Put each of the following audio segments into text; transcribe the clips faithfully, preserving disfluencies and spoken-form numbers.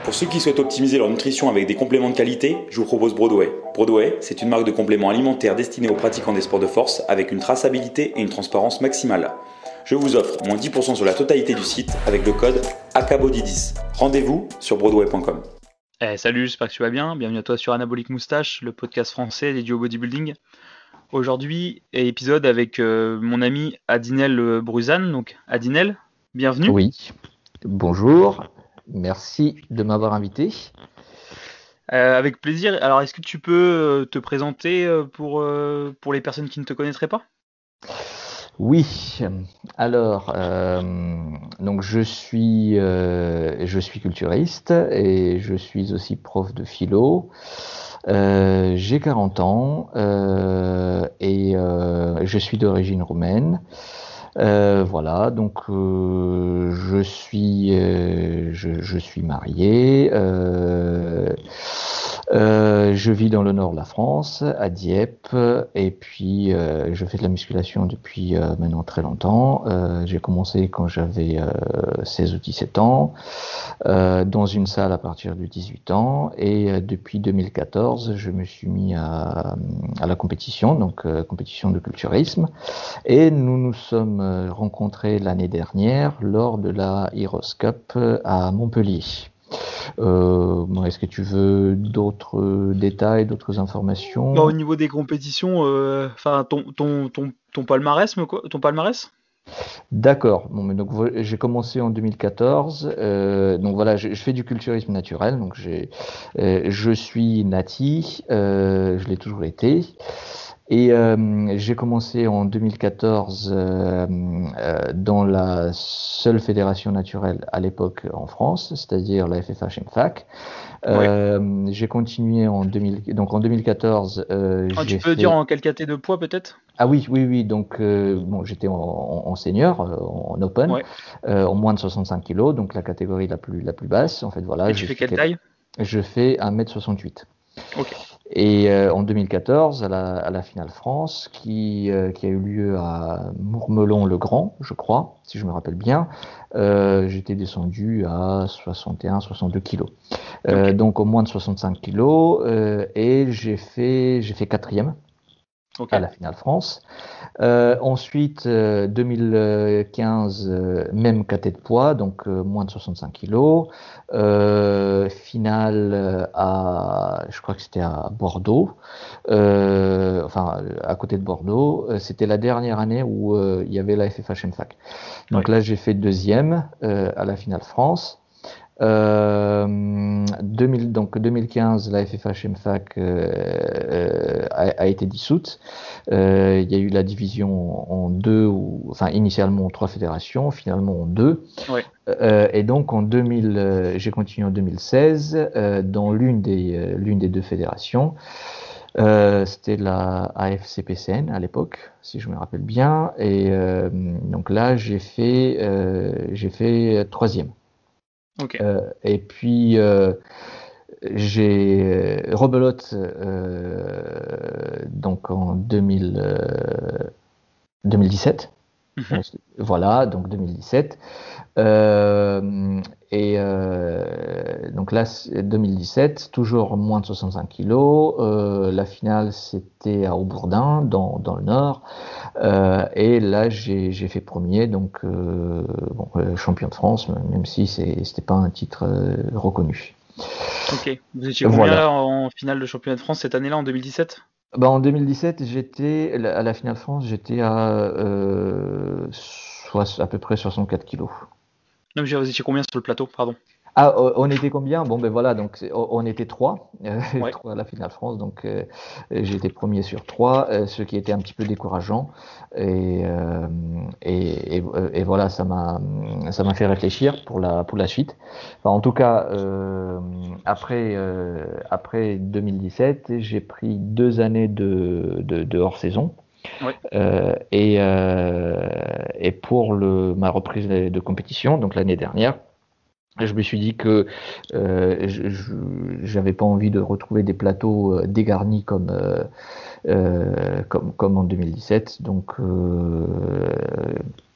Pour ceux qui souhaitent optimiser leur nutrition avec des compléments de qualité, je vous propose Broadway. Broadway, c'est une marque de compléments alimentaires destinée aux pratiquants des sports de force avec une traçabilité et une transparence maximale. Je vous offre moins dix pour cent sur la totalité du site avec le code A K B O D Y dix. Rendez-vous sur broadway point com. Eh, salut, j'espère que tu vas bien. Bienvenue à toi sur Anabolic Moustache, le podcast français dédié au bodybuilding. Aujourd'hui, épisode avec euh, mon ami Adinel Bruzan. Donc, Adinel, bienvenue. Oui, bonjour, merci de m'avoir invité. Euh, avec plaisir. Alors, est-ce que tu peux euh, te présenter euh, pour, euh, pour les personnes qui ne te connaîtraient pas ? Oui, alors, euh, donc je suis, euh, je suis culturiste et je suis aussi prof de philo. Euh, j'ai quarante ans euh, et euh, je suis d'origine roumaine. Euh, voilà, donc euh, je suis, euh, je, je suis marié. Euh, euh, je vis dans le nord de la France, à Dieppe, et puis euh, je fais de la musculation depuis euh, maintenant très longtemps. Euh, j'ai commencé quand j'avais euh, seize ou dix-sept ans, euh, dans une salle à partir de dix-huit ans, et euh, depuis deux mille quatorze, je me suis mis à, à la compétition, donc euh, compétition de culturisme, et nous nous sommes euh, rencontrés l'année dernière lors de la Heroes Cup à Montpellier. Euh, bon, est-ce que tu veux d'autres détails, d'autres informations ? Bah, au niveau des compétitions, enfin, euh, ton, ton, ton, ton palmarès, me quoi, ton palmarès D'accord. Bon, mais donc j'ai commencé en deux mille quatorze. Euh, donc voilà, je, je fais du culturisme naturel. Donc j'ai, euh, je suis nati. Euh, je l'ai toujours été. Et euh, j'ai commencé en deux mille quatorze euh, euh, dans la seule fédération naturelle à l'époque en France, c'est-à-dire la F F H M F A C. Euh, ouais. J'ai continué en deux mille, donc en deux mille quatorze. Euh, ah, j'ai tu peux fait... dire en quelle catégorie de poids peut-être ? Ah oui, oui, oui. Donc euh, bon, j'étais en, en, en senior, en, en open, ouais. euh, en moins de soixante-cinq kilos, donc la catégorie la plus la plus basse. En fait, voilà. Et tu fais quelle taille ? Je fais un mètre soixante-huit. Ok. Et euh, en deux mille quatorze, à la, à la finale France, qui, euh, qui a eu lieu à Mourmelon-le-Grand, je crois, si je me rappelle bien, euh, j'étais descendu à soixante et un soixante-deux kilos. Euh, okay. Donc au moins de soixante-cinq kilos, euh, et j'ai fait, j'ai fait quatrième. Okay. À la finale France. Euh, ensuite, euh, deux mille quinze, euh, même caté de poids, donc euh, moins de soixante-cinq kilos. Euh, finale à, je crois que c'était à Bordeaux, euh, enfin à côté de Bordeaux. C'était la dernière année où euh, il y avait la F F H M F A C. Donc ouais. Là, j'ai fait deuxième euh, à la finale France. Euh, deux mille, donc deux mille quinze, la F F H M F A C euh, a, a été dissoute. Euh, il y a eu la division en deux, ou, enfin initialement en trois fédérations, finalement en deux. Ouais. Euh, et donc en deux mille, euh, j'ai continué en deux mille seize euh, dans l'une des, euh, l'une des deux fédérations. Euh, c'était la A F C P C N à l'époque, si je me rappelle bien. Et euh, donc là, j'ai fait, euh, j'ai fait troisième. Okay. Euh, et puis euh, j'ai rebelote euh, donc en deux mille, euh, deux mille dix-sept. Mm-hmm. Voilà, donc deux mille dix-sept. Euh, et euh, donc là, deux mille dix-sept, toujours moins de soixante-cinq kilos. Euh, la finale, c'était à Aubourdin, dans, dans le Nord. Euh, et là, j'ai, j'ai fait premier, donc euh, bon, euh, champion de France, même si c'est, c'était pas un titre euh, reconnu. Ok. Vous étiez combien voilà. là, en finale de championnat de France cette année-là, en deux mille dix-sept ? Bah, en deux mille dix-sept, j'étais à la finale France, j'étais à euh, soit, à peu près soixante-quatre kilos. Non, mais vous étiez combien sur le plateau, pardon ? Ah, on était combien ? Bon, ben voilà, donc on était trois, euh, ouais. trois à la finale France, donc euh, j'étais premier sur trois, euh, ce qui était un petit peu décourageant. Et, euh, et, et, et voilà, ça m'a, ça m'a fait réfléchir pour la, pour la suite. Enfin, en tout cas, euh, après, euh, après deux mille dix-sept, j'ai pris deux années de, de, de hors-saison. Ouais. Euh, et, euh, et pour le, ma reprise de compétition, donc l'année dernière, je me suis dit que euh, je n'avais pas envie de retrouver des plateaux euh, dégarnis comme, euh, euh, comme, comme en deux mille dix-sept. Donc, euh,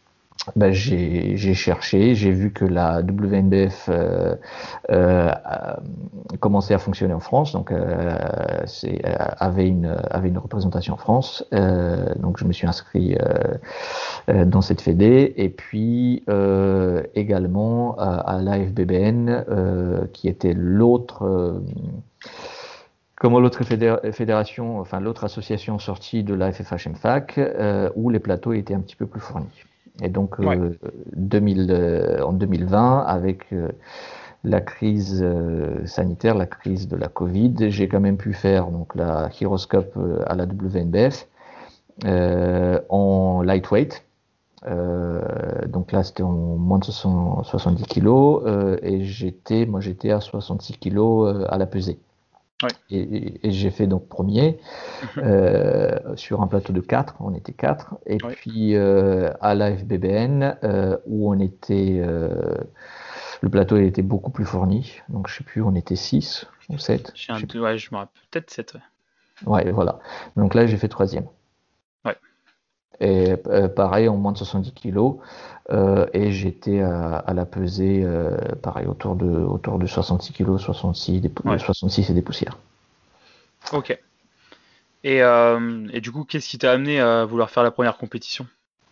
Ben, j'ai, j'ai cherché, j'ai vu que la W N B F euh, euh, a- commençait à fonctionner en France, donc euh, c'est, euh, avait une avait une représentation en France, euh, donc je me suis inscrit euh, euh, dans cette fédé, et puis euh, également à, à l'A F B B N, euh, qui était l'autre euh, Comment l'autre fédé- fédération, enfin l'autre association sortie de la F F H M F A C, euh, où les plateaux étaient un petit peu plus fournis. Et donc Ouais. euh, deux mille, euh, en deux mille vingt, avec euh, la crise euh, sanitaire, la crise de la Covid, j'ai quand même pu faire donc la Heroes Cup euh, à la W N B F euh, en lightweight. Euh, donc là, c'était en moins de soixante-dix kilos euh, et j'étais, moi, j'étais à soixante-six kilos euh, à la pesée. Ouais. Et, et- et j'ai fait donc premier Mhm. euh, sur un plateau de quatre, on était quatre. Et Ouais. puis euh, à la F B B N, euh, où on était, euh, le plateau était beaucoup plus fourni. Donc je sais plus, on était six ou sept. J'ai un Je sais deux, plus. ouais, je me rappelle peut-être sept. Ouais. Ouais, voilà. Donc là, j'ai fait troisième. Ouais. Et euh, pareil, en moins de soixante-dix kilos. Euh, et j'étais à, à la pesée, euh, pareil, autour de, autour de soixante-six kilos, soixante-six, des, pou- Ouais. soixante-six et des poussières. Ok. Et, euh, et du coup, qu'est-ce qui t'a amené à vouloir faire la première compétition?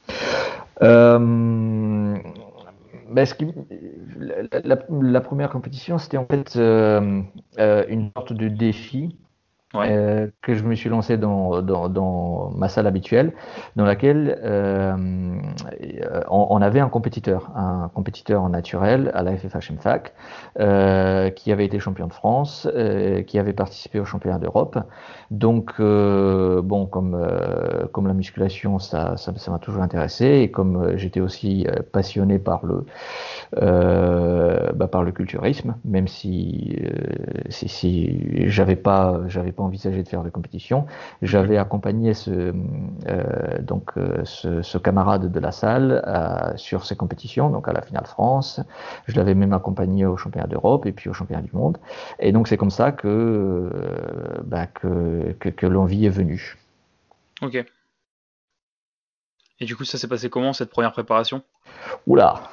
Euh, ben, ce qui- la, la- la première compétition, c'était en fait euh, euh, une sorte de défi Ouais. euh, que je me suis lancé dans, dans, dans ma salle habituelle, dans laquelle euh, euh, on, on avait un compétiteur, un compétiteur en naturel à la F F H M F A C, euh, qui avait été champion de France, euh, qui avait participé au championnat d'Europe. Donc, euh, bon, comme, euh, comme la musculation, ça, ça, ça m'a toujours intéressé, et comme euh, j'étais aussi euh, passionné par le, euh, bah, par le culturisme, même si, euh, si, si j'avais pas, j'avais pas envisagé de faire de compétition. Mhm. J'avais accompagné ce, euh, donc, euh, ce, ce camarade de la salle euh, sur ces compétitions, donc à la finale France. Je l'avais même accompagné au championnat d'Europe et puis au championnat du monde. Et donc c'est comme ça que, euh, bah, que, que, que l'envie est venue. Ok. Et du coup, ça s'est passé comment cette première préparation? Oula!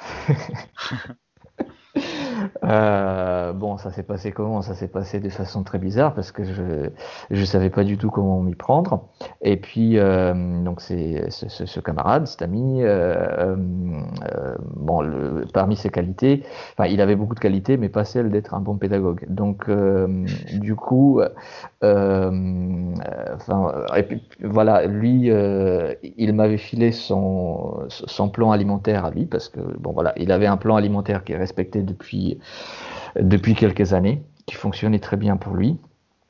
Euh, bon, ça s'est passé comment? Ça s'est passé de façon très bizarre parce que je je savais pas du tout comment m'y prendre. Et puis euh, donc c'est ce, ce- ce camarade, cet ami, euh, euh, bon, le- parmi ses qualités, enfin il avait beaucoup de qualités, mais pas celle d'être un bon pédagogue. Donc euh, du coup, euh, enfin et puis, voilà, lui, euh, il m'avait filé son son plan alimentaire à lui parce que bon voilà, il avait un plan alimentaire qui est respecté depuis depuis quelques années, qui fonctionnait très bien pour lui.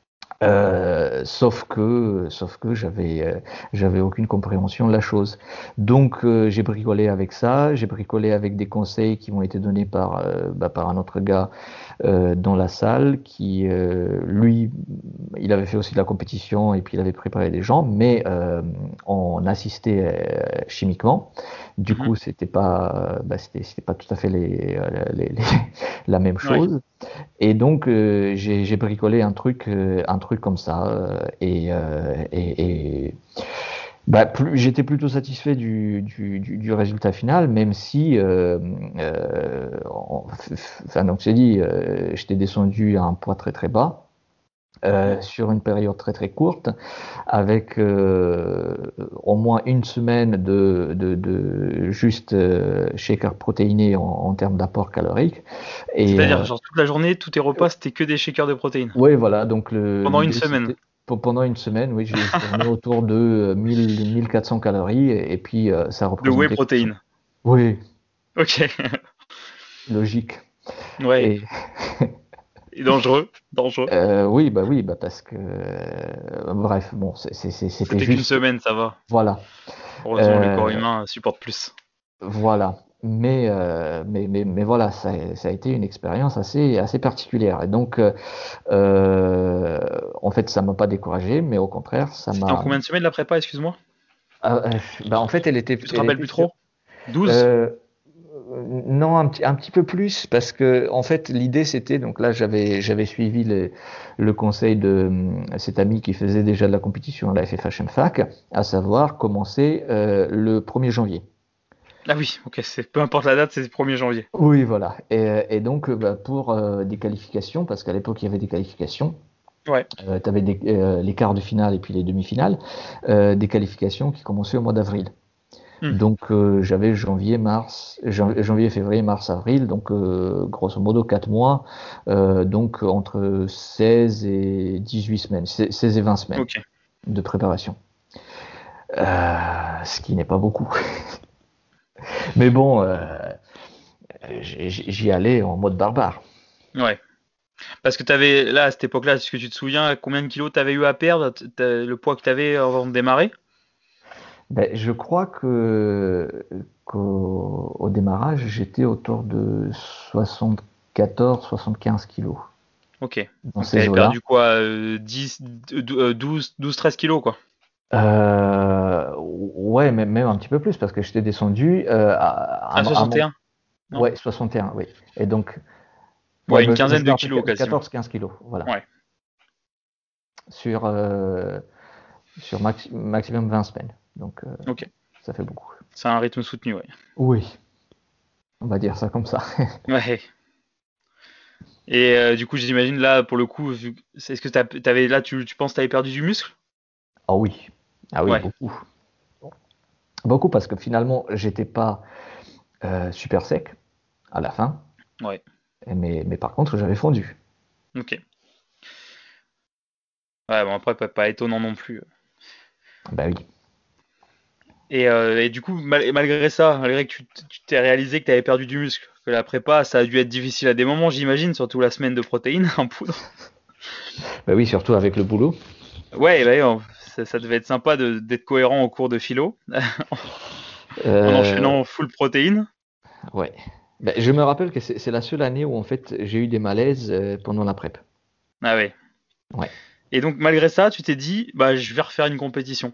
Euh, sauf que, sauf que j'avais, euh, j'avais aucune compréhension de la chose. Donc euh, j'ai bricolé avec ça, j'ai bricolé avec des conseils qui m'ont été donnés par, euh, bah, par un autre gars euh, dans la salle, qui euh, lui, il avait fait aussi de la compétition et puis il avait préparé des gens, mais euh, on assistait euh, chimiquement. Du Mhm. coup, c'était pas, bah, c'était, c'était pas tout à fait les, les, les, la même Ouais. chose. Et donc, euh, j'ai j'ai bricolé un truc, euh, un truc comme ça. euh, et, euh, et, et bah, plus, j'étais plutôt satisfait du, du, du, du résultat final, même si, euh, euh, en- f- f- enfin, donc j'ai dit, euh, j'étais descendu à un poids très très bas. Mhm. Euh, sur une période très très courte, avec euh, au moins une semaine de, de, de juste euh, shaker protéiné en, en termes d'apport calorique. Et C'est-à-dire, euh, genre toute la journée, tous tes repas, c'était que des shakers de protéines. oui, voilà, donc le- Pendant une l'idée semaine. c'était pour- pendant une semaine, oui, j'ai je tournais autour de euh, mille, mille quatre cents calories et, et puis euh, ça De whey représentait grosso- protéines. Oui, Ok. logique. Ouais. Et Et dangereux. Dangereux. euh, oui, bah oui, bah parce que euh, bref, bon, c'est- c'est- c'est- c'était C'était qu'une juste, semaine, ça va. voilà, Heureusement, le corps Euh, humain supporte plus. voilà. Mais, euh, mais, mais, mais voilà, ça, ça a été une expérience assez, assez particulière. Et donc, euh, euh, en fait, ça m'a pas découragé, mais au contraire, ça C'était en m'a. combien de semaines la prépa, excuse-moi? Ah, euh, bah, en fait, elle était, Tu te elle rappelles était plus sur. trop? Douze. Euh, non, un petit, un petit peu plus, parce que en fait, l'idée c'était, donc là, j'avais, j'avais suivi le, le conseil de hum, cet ami qui faisait déjà de la compétition à la F F H M F A C, à savoir commencer euh, le premier janvier. Ah oui, ok, c'est peu importe la date, c'est le premier janvier. Oui, voilà. Et, et donc, euh, bah, pour euh, des qualifications, parce qu'à l'époque, il y avait des qualifications, Ouais. euh, tu avais euh, les quarts de finale et puis les demi-finales, euh, des qualifications qui commençaient au mois d'avril. Hmm. Donc, euh, j'avais janvier, mars, jan- janvier, février, mars, avril, donc euh, grosso modo quatre mois, euh, donc entre seize et dix-huit semaines, seize et vingt semaines Ok. de préparation. Euh, ce qui n'est pas beaucoup. Mais bon, euh, j'y j'y allais en mode barbare. Ouais. Parce que t'avais, là, à cette époque-là, est-ce que tu te souviens combien de kilos t'avais eu à perdre, t- t'as- le poids que t'avais avant de démarrer? Ben, je crois que qu'au au démarrage, j'étais autour de soixante-quatorze, soixante-quinze kilos Ok. dans Donc ces t'avais eaux-là. perdu quoi? euh, dix, euh, douze, douze, treize kilos, quoi. Euh, ouais, mais même un petit peu plus parce que j'étais descendu euh, à, à, À à mon soixante et un? Non? ouais soixante et un, oui. Et donc ouais, Ouais, une ben, je, quinzaine je me de rappelle kilos, quasiment. quatorze quinze kilos, voilà, Ouais. sur euh, sur maxi- maximum vingt semaines. Donc euh, Ok. ça fait beaucoup. C'est un rythme soutenu, ouais. Oui, on va dire ça comme ça. Ouais. Et euh, du coup, j'imagine là, pour le coup, vu... que- est-ce que t'as- t'avais là, tu, tu penses que t'avais perdu du muscle? Ah oui, ah oui, Ouais. beaucoup. Beaucoup parce que finalement, j'étais pas euh, super sec à la fin, Ouais. mais, mais par contre, j'avais fondu. Ok. Ouais, bon après, pas, pas étonnant non plus. Ben oui. Et, euh, et du coup, mal- malgré ça, malgré que tu t- tu t'es réalisé que tu avais perdu du muscle, que la prépa, ça a dû être difficile à des moments, j'imagine, surtout la semaine de protéines en poudre. Ben oui, surtout avec le boulot. Ouais, ouais, on- ça, ça devait être sympa de- d'être cohérent au cours de philo, en Euh, enchaînant full protéines. ouais. Ben, je me rappelle que c'est c'est la seule année où en fait j'ai eu des malaises euh, pendant la prep. Ah ouais. Ouais. Et donc, malgré ça, tu t'es dit, bah, je vais refaire une compétition.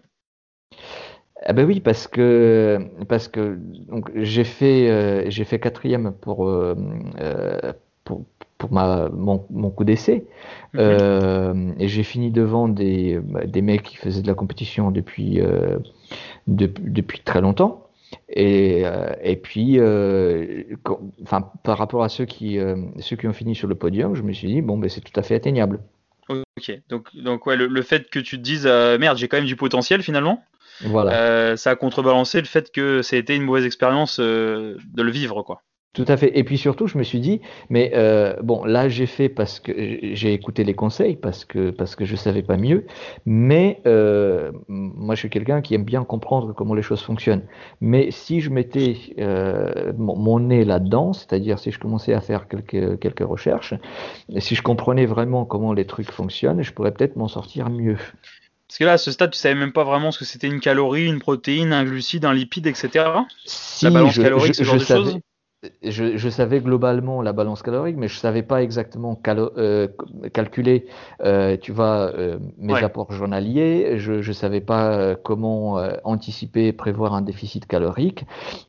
Ah ben oui, parce que parce que donc j'ai fait euh, j'ai fait quatrième pour euh, euh, pour, pour ma mon, mon coup d'essai. Mhm. Euh, et j'ai fini devant des des mecs qui faisaient de la compétition depuis euh, de- depuis très longtemps. Et, euh, et puis, euh, quand- enfin, par rapport à ceux qui, euh, ceux qui ont fini sur le podium, je me suis dit, bon, ben, c'est tout à fait atteignable. Ok. Donc, donc ouais, le, le fait que tu te dises, euh, merde, j'ai quand même du potentiel finalement, Voilà. euh, ça a contrebalancé le fait que ça a été une mauvaise expérience euh, de le vivre, quoi. Tout à fait. Et puis surtout, je me suis dit, mais euh, bon, là, j'ai fait parce que j'ai écouté les conseils, parce que, parce que je savais pas mieux. Mais euh, moi, je suis quelqu'un qui aime bien comprendre comment les choses fonctionnent. Mais si je mettais euh, mon, mon nez là-dedans, c'est-à-dire si je commençais à faire quelques, quelques recherches, et si je comprenais vraiment comment les trucs fonctionnent, je pourrais peut-être m'en sortir mieux. Parce que là, à ce stade, tu savais même pas vraiment ce que c'était une calorie, une protéine, un glucide, un lipide, et cetera. La Si balance je, je, calorique, ce genre je de choses. savais, je, je savais globalement la balance calorique, mais je savais pas exactement calo- euh, calculer, euh, tu vois, euh, mes Ouais, apports journaliers. Je, je savais pas euh, comment euh, anticiper, prévoir un déficit calorique.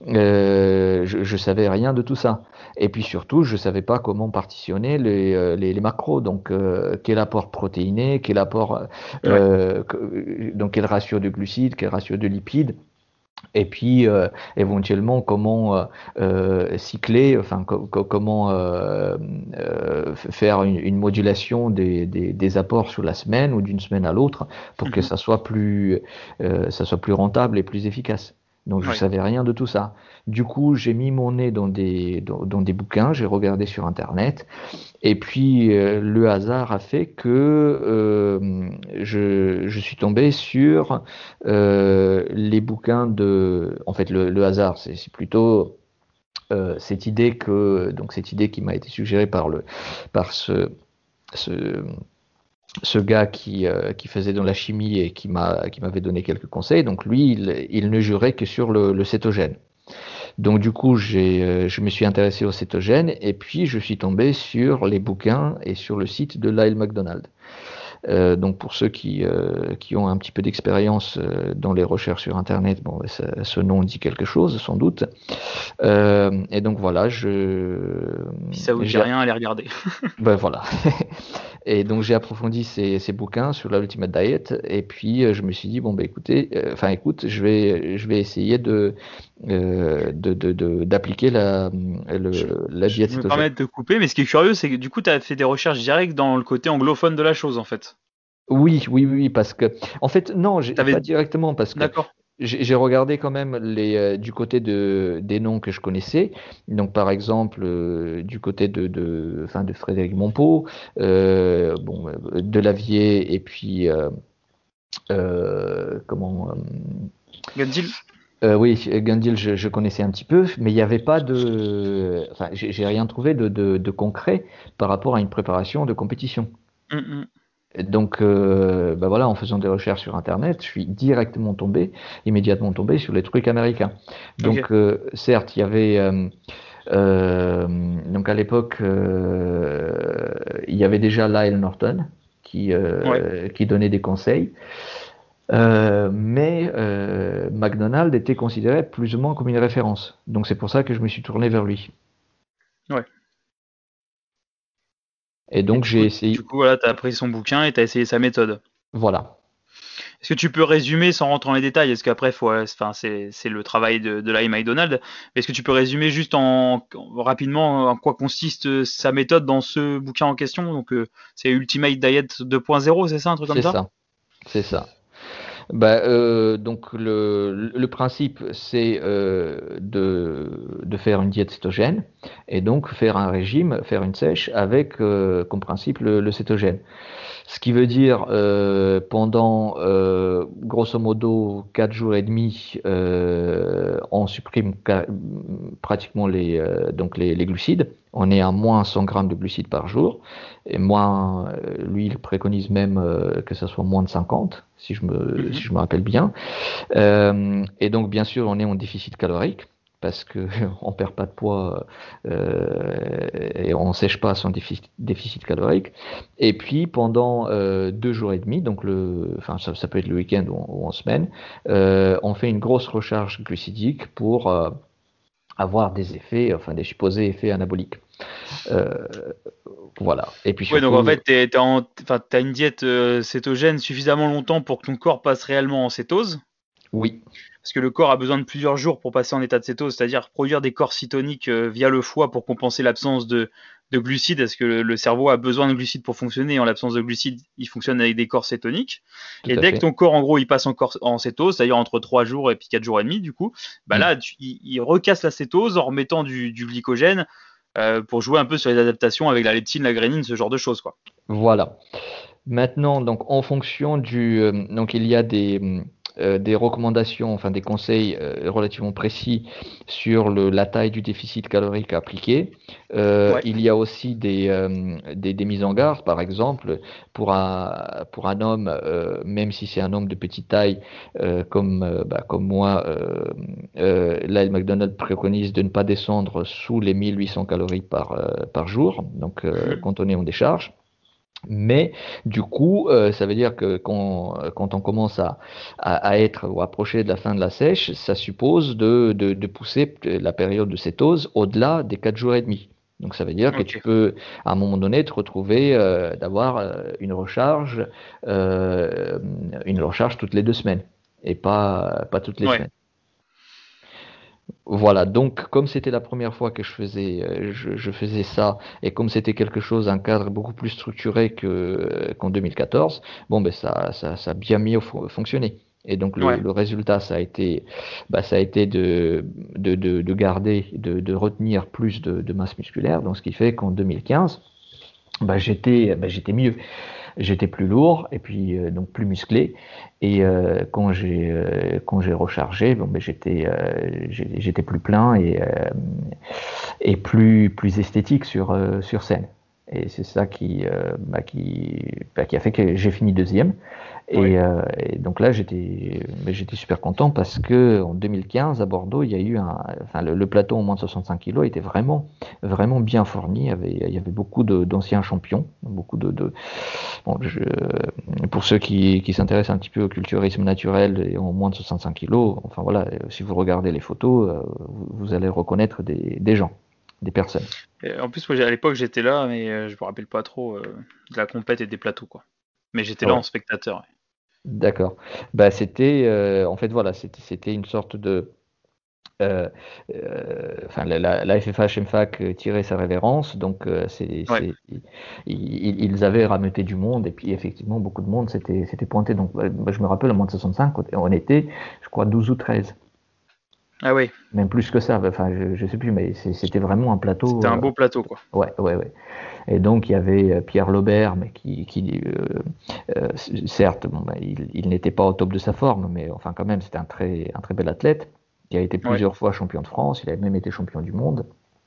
Euh, je, je savais rien de tout ça. Et puis surtout, je savais pas comment partitionner les, euh, les, les macros. Donc, euh, quel apport protéiné, quel apport, ouais. euh, que- donc quel ratio de glucides, quel ratio de lipides. Et puis euh, éventuellement comment euh, euh, cycler, enfin co- co- comment euh, euh, faire une, une modulation des, des, des apports sur la semaine ou d'une semaine à l'autre pour que Mhm. ça soit plus euh, ça soit plus rentable et plus efficace. Donc je Ouais. savais rien de tout ça. Du coup, j'ai mis mon nez dans des dans, dans des bouquins, j'ai regardé sur Internet et puis euh, le hasard a fait que euh, je, je suis tombé sur euh, les bouquins de. En fait, le, le hasard, c'est c'est plutôt euh, cette idée que donc cette idée qui m'a été suggérée par le par ce ce, ce gars qui euh, qui faisait dans la chimie et qui m'a qui m'avait donné quelques conseils. Donc lui, il, il ne jurait que sur le, le cétogène. Donc du coup, j'ai, euh, je me suis intéressé au cétogène et puis je suis tombé sur les bouquins et sur le site de Lyle McDonald. Euh, donc pour ceux qui, euh, qui ont un petit peu d'expérience euh, dans les recherches sur Internet, bon, ça, ce nom dit quelque chose sans doute. Euh, et donc voilà, je, Si ça vous dit j'ai, rien, allez regarder. ben voilà. Et donc j'ai approfondi ces, ces bouquins sur la Ultimate Diet et puis euh, je me suis dit bon bah écoutez, euh, enfin écoute, je vais je vais essayer de euh, de, de, de- d'appliquer la Je, le, la je diète me cétogène. permets de te couper, mais ce qui est curieux, c'est que du coup, tu as fait des recherches directes dans le côté anglophone de la chose, en fait. Oui, oui, oui, oui, parce que en fait non, j'ai- T'avais... pas directement parce que D'accord. j'ai j'ai regardé quand même les euh, du côté de des noms que je connaissais. Donc par exemple euh, du côté de de enfin de Frédéric Mompot, euh, bon euh, Delavier et puis euh, euh, comment euh, Guntil. Euh, oui, Gundil, je, je connaissais un petit peu, mais il n'y avait pas de. Enfin, j'ai j'ai rien trouvé de, de- de concret par rapport à une préparation de compétition. Hum, hum. Et donc, euh, bah voilà, en faisant des recherches sur Internet, je suis directement tombé, immédiatement tombé sur les trucs américains. Ok. Donc, euh, certes, il y avait. euh, euh, donc, à l'époque, euh, il y avait déjà Lyle Norton qui, Ouais. euh, qui donnait des conseils. Euh, mais euh, McDonald était considéré plus ou moins comme une référence. Donc c'est pour ça que je me suis tourné vers lui. Ouais. Et Et donc du j'ai coup, du essayé. coup, voilà, t'as pris son bouquin et t'as essayé sa méthode. Voilà. Est-ce que tu peux résumer sans rentrer dans les détails? Est-ce qu'après, faut, euh, enfin, c'est, c'est le travail de, de Larry McDonald. Mais est-ce que tu peux résumer juste en, en- rapidement en quoi consiste euh, sa méthode dans ce bouquin en question? Donc, euh, c'est Ultimate Diet deux point zéro, c'est ça, un truc comme C'est ça? ça. C'est ça. Bah, euh, donc le, le principe, c'est euh, de, de faire une diète cétogène et donc faire un régime, faire une sèche avec euh, comme principe le, le cétogène. Ce qui veut dire euh, pendant euh, grosso modo quatre jours et demi, euh, on supprime ca- pratiquement les, euh, donc les, les glucides. On est à moins cent grammes de glucides par jour. Et moins, euh, lui, il préconise même euh, que ça soit moins de cinquante, si je me, si Mhm. je me rappelle bien. Euh, et donc, bien sûr, on est en déficit calorique parce que on perd pas de poids euh, et on sèche pas son déficit, déficit calorique. Et puis pendant euh, deux jours et demi, donc le, enfin ça, ça peut être le week-end ou, en ou en semaine, euh, on fait une grosse recharge glucidique pour euh, avoir des effets, enfin des supposés effets anaboliques. Euh, voilà. Et puis Ouais, donc en surtout, fait, t'es, t'es en, enfin, t'as une diète euh, cétogène suffisamment longtemps pour que ton corps passe réellement en cétose. oui, Parce que le corps a besoin de plusieurs jours pour passer en état de cétose, c'est-à-dire produire des corps cétoniques euh, via le foie pour compenser l'absence de, de glucides, parce que le, le cerveau a besoin de glucides pour fonctionner, et en l'absence de glucides, il fonctionne avec des corps cétoniques. tout Et à dès que fait. ton corps, en gros, il passe en, corps, en cétose, c'est-à-dire entre trois jours et puis quatre jours et demi, du coup, bah Mm. là, tu, il, il recasse la cétose en remettant du, du glycogène euh, pour jouer un peu sur les adaptations avec la leptine, la grénine, ce genre de choses, quoi. Voilà. Maintenant, donc en fonction du, euh, donc il y a des, hum, euh, des recommandations, enfin des conseils euh, relativement précis sur le, la taille du déficit calorique à appliquer. Euh, Ouais. il y a aussi des, euh, des, des mises en garde, par exemple, pour un, pour un homme, euh, même si c'est un homme de petite taille, euh, comme, euh, bah, comme moi, euh, euh, là, le McDonald's préconise de ne pas descendre sous les mille huit cents calories par, euh, par jour, donc euh, Mhm. quand on est en décharge. Mais du coup, euh, ça veut dire que quand, quand on commence à, à, à être ou approcher de la fin de la sèche, ça suppose de, de, de pousser la période de cétose au-delà des quatre jours et demi. Donc ça veut dire que tu Ok. peux à un moment donné te retrouver euh, d'avoir euh, une recharge, euh, une recharge toutes les deux semaines et pas, pas toutes les Ouais. semaines. Voilà, donc comme c'était la première fois que je faisais, euh, je, je faisais ça, et comme c'était quelque chose, un cadre beaucoup plus structuré que, euh, qu'en deux mille quatorze, bon ben ça, ça, ça a bien mieux fo- fonctionné. Et donc le, Ouais. le résultat, ça a été, bah, ça a été de, de, de, de garder, de, de retenir plus de, de masse musculaire, donc ce qui fait qu'en deux mille quinze, bah, j'étais, bah, j'étais mieux. J'étais plus lourd et puis euh, donc plus musclé. Et euh, quand j'ai euh, quand j'ai rechargé, bon, ben, j'étais euh, j'ai- j'étais plus plein et, euh, et plus plus esthétique sur euh, sur scène. Et c'est ça qui euh, bah, qui bah, qui a fait que j'ai fini deuxième. Ouais. Et, euh, et donc là, j'étais, mais j'étais super content parce que en deux mille quinze à Bordeaux, il y a eu un, enfin le, le plateau en moins de soixante-cinq kilos était vraiment, vraiment bien fourni. Il y avait, il y avait beaucoup de, d'anciens champions, beaucoup de, de bon, je, pour ceux qui, qui s'intéressent un petit peu au culturisme naturel et en moins de soixante-cinq kilos, enfin voilà, si vous regardez les photos, euh, vous, vous allez reconnaître des, des gens. des personnes. Et en plus, moi, à l'époque, j'étais là, mais euh, je me rappelle pas trop euh, de la compète et des plateaux, quoi. Mais j'étais là Ouais. en spectateur. Ouais. D'accord. Bah, c'était, euh, en fait, voilà, c'était, c'était une sorte de, euh, euh, enfin, la, la, la F F H M F A C tirait sa révérence, donc euh, c'est, Ouais. c'est, ils, ils- ils avaient rameuté du monde, et puis effectivement, beaucoup de monde s'était, s'était pointé. Donc, euh, moi, je me rappelle, en moins de soixante-cinq, on était, je crois, douze ou treize, Ah oui, même plus que ça. Enfin, je, je sais plus, mais c'est- c'était vraiment un plateau. c'était un euh, beau plateau, quoi. ouais, ouais, ouais. Et donc, il y avait euh, Pierre Laubert, mais qui, qui euh, euh, certes, bon, ben, il, il n'était pas au top de sa forme, mais enfin, quand même, c'était un très, un très bel athlète, qui a été Ouais. plusieurs fois champion de France, il avait même été champion du monde.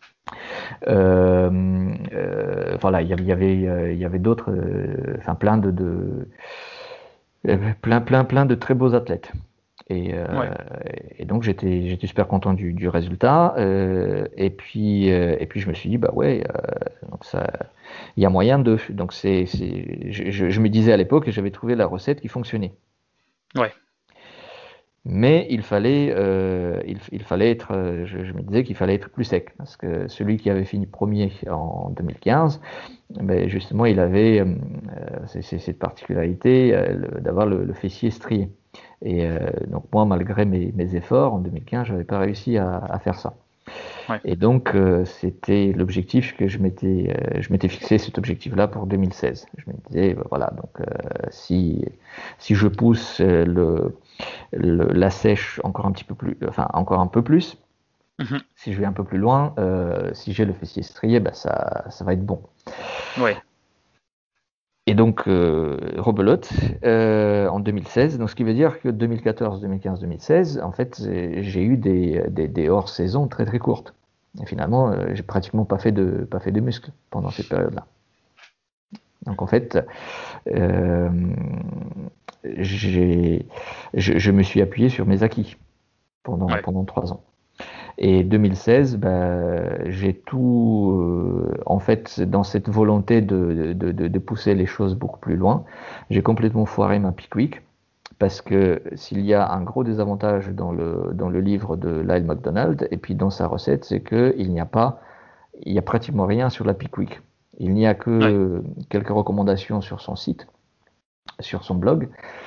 Euh, euh, voilà, il y avait, il y avait, euh, il y avait d'autres, euh, enfin, plein de, de euh, plein, plein, plein de très beaux athlètes. Et, euh, Ouais. et donc j'étais, j'étais super content du, du résultat. Euh, et puis, euh, et puis je me suis dit bah ouais, euh, donc ça, il y a moyen de. Donc c'est, c'est, je, je- je me disais à l'époque que j'avais trouvé la recette qui fonctionnait. Ouais. Mais il fallait, euh, il, il fallait être, euh, je, je me disais qu'il fallait être plus sec parce que celui qui avait fini premier en deux mille quinze, ben justement, il avait euh, c'est, c'est cette particularité euh, le- d'avoir le, le fessier strié. Et euh, donc moi, malgré mes, mes efforts, en deux mille quinze, je n'avais pas réussi à, à faire ça. Ouais. Et donc, euh, c'était l'objectif que je m'étais, euh, je m'étais fixé, cet objectif-là pour deux mille seize. Je me disais, ben voilà, donc euh, si, si je pousse euh, le, le- la sèche encore un petit peu plus, enfin encore un peu plus, Mhm. si je vais un peu plus loin, euh, si j'ai le fessier strié, ben ça, ça va être bon. Ouais. Et donc, euh, rebelote, euh, en deux mille seize. Donc, ce qui veut dire que deux mille quatorze, deux mille quinze, deux mille seize, en fait, j'ai j'ai eu des, des, des hors-saisons très très courtes. Et finalement, euh, j'ai pratiquement pas fait de, pas fait de muscles pendant cette période-là. Donc, en fait, euh, j'ai, je, je me suis appuyé sur mes acquis pendant, Ouais. pendant trois ans. Et deux mille seize, ben, j'ai tout, euh, en fait, dans cette volonté de, de, de, de pousser les choses beaucoup plus loin, j'ai complètement foiré ma Pickwick. Parce que s'il y a un gros désavantage dans le, dans le livre de Lyle McDonald, et puis dans sa recette, c'est qu'il n'y a pas, il n'y a pratiquement rien sur la Pickwick. Il n'y a Ouais. que quelques recommandations sur son site, sur son blog,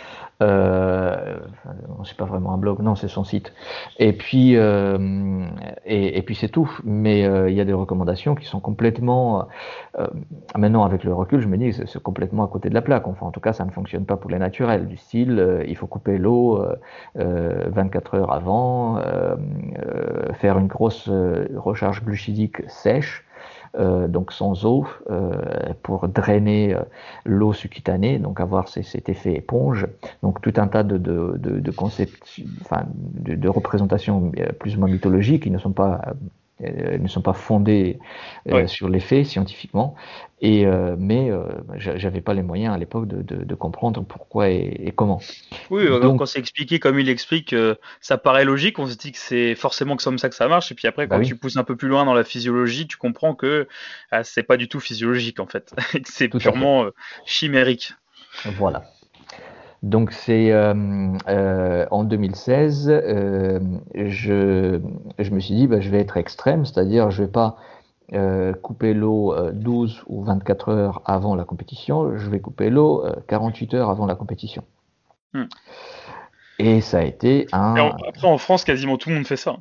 euh, c'est pas vraiment un blog, non, c'est son site. Et puis, euh, et, et, puis c'est tout. Mais euh, il y a des recommandations qui sont complètement. Euh, maintenant, avec le recul, je me dis que c'est complètement à côté de la plaque. Enfin, en tout cas, ça ne fonctionne pas pour les naturels. Du style, euh, il faut couper l'eau euh, vingt-quatre heures avant, euh, euh, faire une grosse euh, recharge glucidique sèche. Euh, donc sans eau, euh, pour drainer euh, l'eau subcutanée, donc avoir c- cet effet éponge. Donc tout un tas de, de, de, de concepts, enfin de, de représentations euh, plus ou moins mythologiques qui ne sont pas euh, ne sont pas fondées euh, Ouais. sur les faits scientifiquement. Et euh, mais euh, j'a- j'avais pas les moyens à l'époque de, de, de comprendre pourquoi et, et comment. Oui, euh, Donc quand c'est expliqué comme il explique, euh, ça paraît logique. On se dit que c'est forcément que comme ça que ça marche. Et puis après, bah quand oui, tu pousses un peu plus loin dans la physiologie, tu comprends que ah, c'est pas du tout physiologique en fait. Et que c'est tout à fait. purement euh, chimérique. Voilà. Donc c'est euh, euh, en deux mille seize, euh, je, je me suis dit bah, je vais être extrême, c'est-à-dire je vais pas euh, couper l'eau euh, douze ou vingt-quatre heures avant la compétition, je vais couper l'eau euh, quarante-huit heures avant la compétition. Hmm. Et ça a été Et en- un après, en France, quasiment tout le monde fait ça.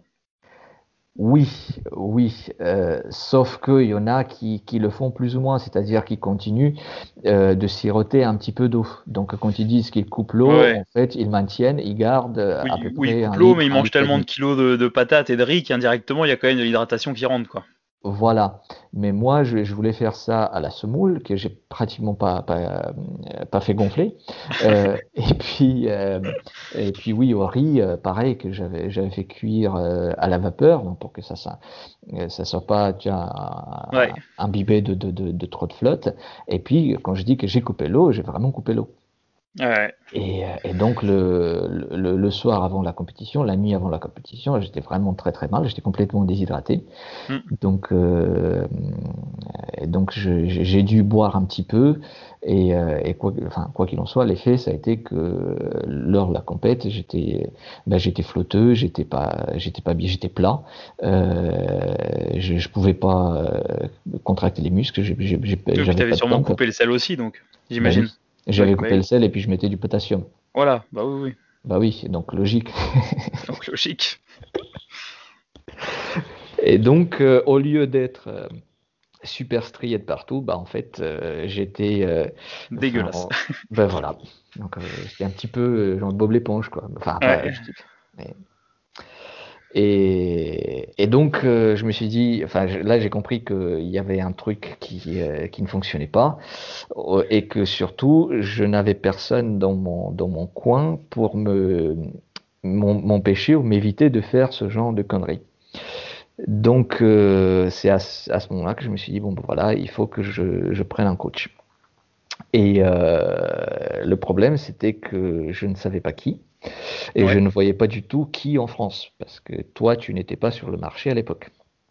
oui, oui, euh, sauf qu'il y en a qui, qui le font plus ou moins, c'est-à-dire qui continuent euh, de siroter un petit peu d'eau. Donc quand ils disent qu'ils coupent l'eau, Ouais. en fait, ils maintiennent, ils gardent euh, à Oui, peu oui, il près coupe un l'eau, mais litre, il un mange litre et tellement de demi. kilos de, de patates et de riz qu'indirectement, il y a quand même de l'hydratation qui rentre, quoi. Voilà. Mais moi, je, je voulais faire ça à la semoule, que j'ai pratiquement pas, pas, euh, pas fait gonfler. Euh, et puis, euh, et puis oui, au riz, euh, pareil, que j'avais, j'avais fait cuire euh, à la vapeur, donc pour que ça, ça, euh, ça soit pas, tu vois, Ouais. imbibé de, de, de, de trop de flotte. Et puis, quand je dis que j'ai coupé l'eau, j'ai vraiment coupé l'eau. Ouais. Et, euh, et donc le, le, le soir avant la compétition, la nuit avant la compétition, j'étais vraiment très très mal, j'étais complètement déshydraté. Mm. Donc, euh, et donc je- j'ai dû boire un petit peu. Et, euh, et quoi, enfin, quoi qu'il en soit, l'effet, ça a été que lors de la compète, j'étais ben, j'étais flotteux, j'étais pas, j'étais pas bien, j'étais plat. Euh, je, je pouvais pas euh, contracter les muscles, j'ai- j'ai- j'ai- Et puis j'avais t'avais pas de sûrement pompe. coupé le sel aussi, donc, Ben j'imagine. oui, Oui, j'avais bah coupé le oui. sel et puis je mettais du potassium. Voilà, bah oui, oui. Bah oui, donc logique. Donc logique. Et donc, euh, au lieu d'être euh, super strié de partout, bah en fait, euh, j'étais, euh, enfin, Dégueulasse. en- ben voilà. Donc, euh, j'étais un petit peu euh, genre Bob l'éponge, quoi. Enfin, pas, Ouais, je dis. mais- Et, et donc, euh, je me suis dit, enfin, je- là, j'ai compris qu'il y avait un truc qui, euh, qui ne fonctionnait pas, euh, et que surtout, je n'avais personne dans mon, dans mon coin pour me, m'en- m'empêcher ou m'éviter de faire ce genre de conneries. Donc, euh, c'est à, ce à ce moment-là que je me suis dit, bon, ben voilà, il faut que je, je prenne un coach. Et euh, le problème, c'était que je ne savais pas qui, et je ouais, ne voyais pas du tout qui en France, parce que toi, tu n'étais pas sur le marché à l'époque.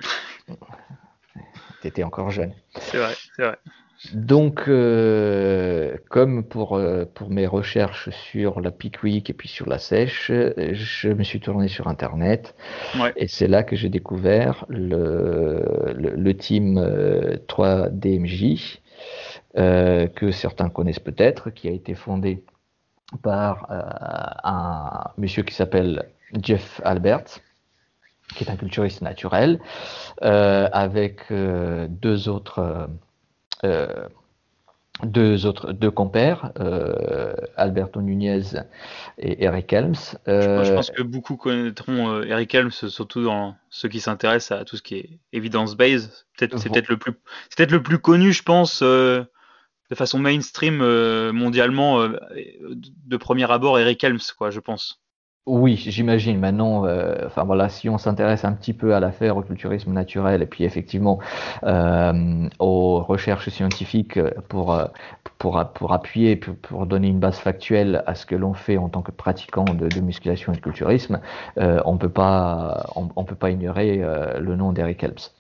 Tu étais encore jeune. c'est vrai, c'est vrai. Donc, euh, comme pour, euh, pour mes recherches sur la Pickwick et puis sur la sèche, je me suis tourné sur Internet. Ouais, Et c'est là que j'ai découvert le, le, le team euh, trois D M J, euh, que certains connaissent peut-être, qui a été fondé par euh, un monsieur qui s'appelle Jeff Albert, qui est un culturiste naturel, euh, avec euh, deux autres, euh, deux autres, deux compères, euh, Alberto Nunez et Eric Helms. je, pense je Euh, pense que beaucoup connaîtront euh, Eric Helms, surtout dans ceux qui s'intéressent à tout ce qui est evidence-based. Peut-être, c'est vo- peut-être le plus, c'est peut-être le plus connu, je pense, euh, de façon mainstream euh, mondialement, euh, de premier abord, Eric Helms, quoi, je pense. Oui, j'imagine. Maintenant, euh, enfin voilà, si on s'intéresse un petit peu à l'affaire, au culturisme naturel, et puis effectivement euh, aux recherches scientifiques pour euh, pour pour appuyer, pour, pour donner une base factuelle à ce que l'on fait en tant que pratiquant de, de musculation et de culturisme, euh, on peut pas on, on peut pas ignorer euh, le nom d'Eric Helms.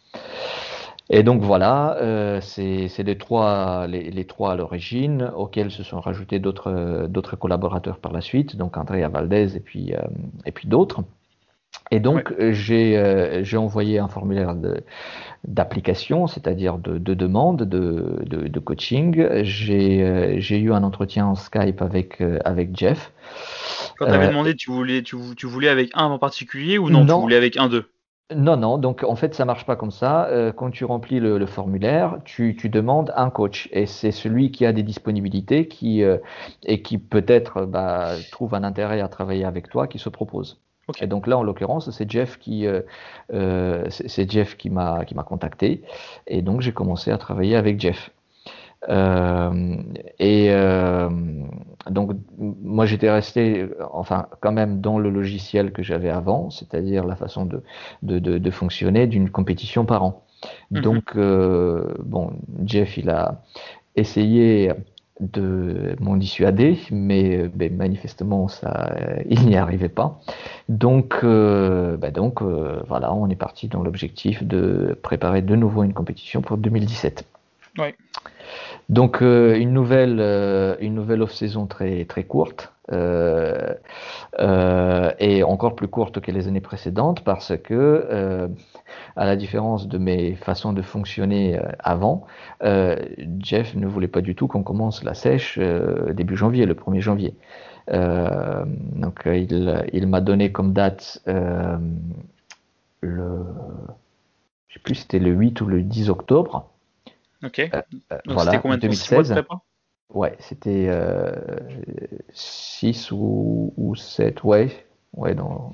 Et donc voilà, euh, c'est c'est les trois, les, les trois à l'origine, auxquels se sont rajoutés d'autres d'autres collaborateurs par la suite, donc Andrea Valdez et puis, euh, et puis d'autres. Et Ouais, donc euh, j'ai euh, j'ai envoyé un formulaire de- d'application, c'est-à-dire de, de demande de, de, de coaching. J'ai euh, j'ai eu un entretien en Skype avec, euh, avec Jeff. quand tu avais Euh, demandé, tu voulais, tu, vou- tu voulais avec un en particulier ou non, tu non, voulais avec un d'eux? Non, non, donc en fait ça marche pas comme ça. Euh, quand tu remplis le, le formulaire, tu, tu demandes un coach et c'est celui qui a des disponibilités qui, euh, et qui peut-être bah, trouve un intérêt à travailler avec toi qui se propose. Ok, Et donc là, en l'occurrence, c'est Jeff qui, euh, euh, c'est c'est Jeff qui m'a qui m'a contacté et donc j'ai commencé à travailler avec Jeff. Euh, et euh, donc, moi, j'étais resté, enfin, quand même dans le logiciel que j'avais avant, c'est-à-dire la façon de, de, de, de fonctionner d'une compétition par an. mhm, Donc, euh, bon, Jeff, il a essayé de m'en dissuader, mais, ben, manifestement, ça, euh, il n'y arrivait pas. Donc, euh, ben donc euh, voilà, on est parti dans l'objectif de préparer de nouveau une compétition pour deux mille dix-sept. ouais, Donc euh, une nouvelle, euh, une nouvelle off-saison très, très courte euh, euh, et encore plus courte que les années précédentes parce que, euh, à la différence de mes façons de fonctionner euh, avant, euh, Jeff ne voulait pas du tout qu'on commence la sèche euh, début janvier, le premier janvier. Euh, donc euh, il, il m'a donné comme date euh, le, je sais plus si c'était le huit ou le dix octobre, ok. euh, euh, Donc c'était voilà, combien de temps? Six mois de deux mille seize. prépa? Ouais, c'était euh, six ou, ou sept, ouais. Ouais, dans,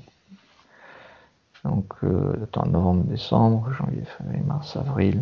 donc, euh, attends, novembre, décembre, janvier, février, mars, avril.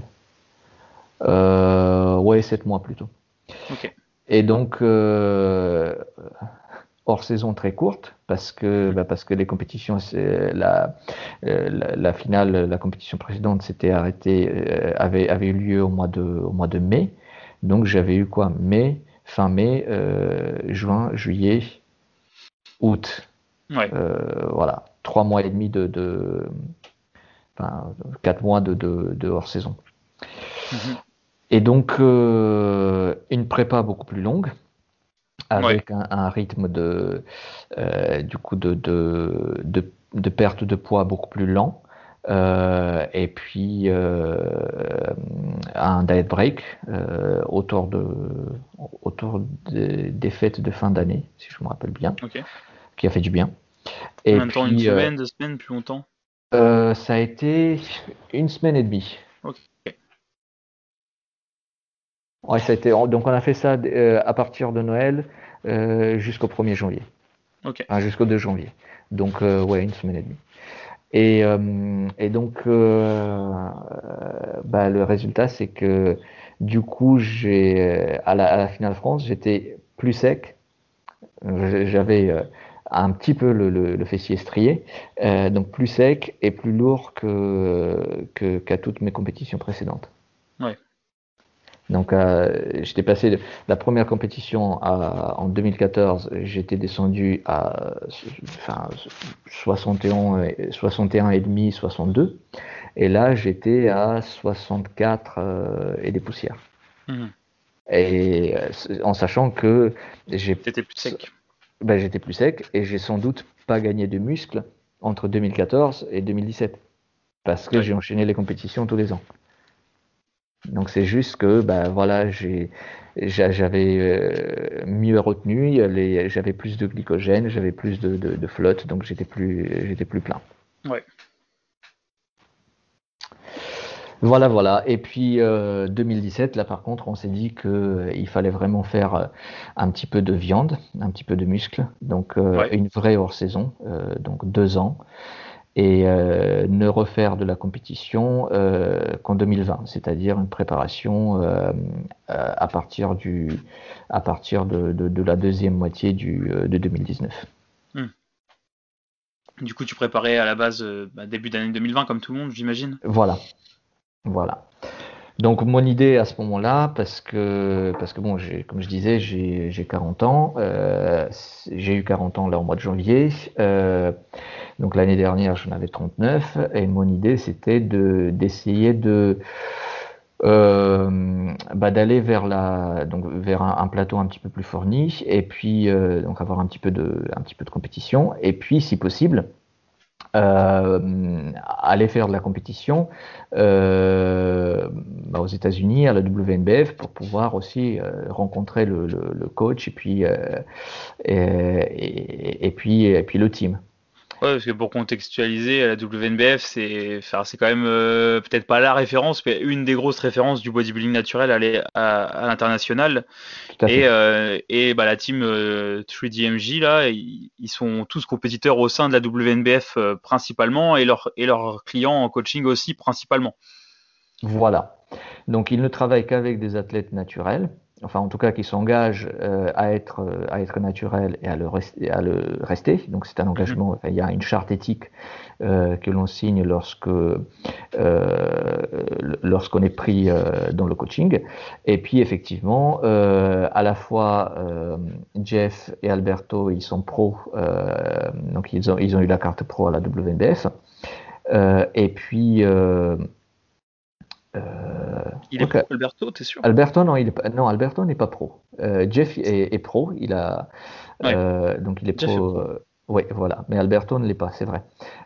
Euh, ouais, sept mois plutôt. Ok. Et donc, euh, hors saison très courte, parce que, bah, parce que les compétitions, c'est la, euh, la, la finale, la compétition précédente s'était arrêtée, euh, avait, avait eu lieu au mois de, au mois de mai. Donc, j'avais eu quoi? Mai, fin mai, euh, juin, juillet, août. Ouais. Euh, voilà, trois mois et demi de, de enfin, quatre mois de, de, de hors saison. Mhm. Et donc euh, une prépa beaucoup plus longue, avec Ouais. un, un rythme de, euh, du coup de, de, de, de perte de poids beaucoup plus lent. Euh, et puis euh, un diet break euh, autour, de, autour de- des fêtes de fin d'année, si je me rappelle bien, Ok. qui a fait du bien. Et Combien de temps? Une puis euh, semaine, deux semaines, plus longtemps? euh, ça a été une semaine et demie. Ok. Ouais, ça a été, donc on a fait ça euh, à partir de Noël euh, jusqu'au premier janvier, Ok. enfin, jusqu'au deux janvier. Donc euh, ouais, une semaine et demie. Et, euh, et donc, euh, bah, le résultat, c'est que du coup, j'ai à la, à la finale France, j'étais plus sec. J'avais euh, un petit peu le, le, le fessier strié, euh, donc plus sec et plus lourd que, que, qu'à toutes mes compétitions précédentes. Ouais. Donc, euh, j'étais passé de la première compétition à, en deux mille quatorze, j'étais descendu à enfin, soixante et un, soixante et un et demi, soixante-deux. Et là, j'étais à soixante-quatre euh, et des poussières. Mhm. Et euh, en sachant que j'ai, T'étais plus sec. ben, j'étais plus sec et j'ai sans doute pas gagné de muscle entre deux mille quatorze et deux mille dix-sept parce que Ouais. j'ai enchaîné les compétitions tous les ans. Donc c'est juste que ben voilà, j'ai j'a- j'avais euh, mieux retenu, les- j'avais plus de glycogène, j'avais plus de, de, de flotte, donc j'étais plus j'étais plus plein. Ouais. Voilà, voilà. Et puis euh, deux mille dix-sept, là par contre, on s'est dit que euh, il fallait vraiment faire euh, un petit peu de viande, un petit peu de muscle, donc euh, Ouais. une vraie hors saison, euh, donc deux ans, et euh, ne refaire de la compétition euh, qu'en deux mille vingt, c'est-à-dire une préparation euh, euh, à partir du, à partir de, de, de la deuxième moitié du, euh, de deux mille dix-neuf. Hmm. Du coup, tu préparais à la base euh, bah, début d'année deux mille vingt comme tout le monde, j'imagine. Voilà, voilà. Donc mon idée à ce moment-là, parce que parce que bon, j'ai, comme je disais, j'ai j'ai quarante ans, euh, j'ai eu quarante ans là au mois de janvier. Euh, donc l'année dernière, j'en avais trente-neuf, et mon idée c'était de d'essayer de euh, bah, d'aller vers la donc vers un, un plateau un petit peu plus fourni, et puis euh, donc avoir un petit peu de un petit peu de compétition, et puis si possible euh, aller faire de la compétition euh, bah, aux États-Unis à la W N B F pour pouvoir aussi euh, rencontrer le, le, le coach et puis euh, et, et, et puis et puis le team. Ouais, parce que pour contextualiser, la W N B F, c'est enfin, c'est quand même euh, peut-être pas la référence, mais une des grosses références du bodybuilding naturel à, l'é- à, à l'international. Tout à Et, fait. euh, et bah, la team euh, trois D M J, là, ils, ils sont tous compétiteurs au sein de la W N B F euh, principalement et, leur, et leurs clients en coaching aussi principalement. Voilà. Donc il ne travaille qu'avec des athlètes naturels, enfin en tout cas qui s'engagent euh, à être euh, à être naturels et à le rester, à le rester. Donc c'est un Mhm. engagement. Enfin, il y a une charte éthique euh, que l'on signe lorsque euh, lorsqu'on est pris euh, dans le coaching. Et puis effectivement, euh, à la fois euh, Jeff et Alberto, ils sont pros, euh, donc ils ont ils ont eu la carte pro à la W N B F. Euh, et puis euh, euh, Il est ok. pro, Alberto, t'es sûr? Alberto, non, il est pas, non, Alberto n'est pas pro. Euh, Jeff est, est pro, il a, Ouais, euh, donc il est Jeff est pro. pro. Euh, oui, voilà. Mais Alberto ne l'est pas, c'est vrai.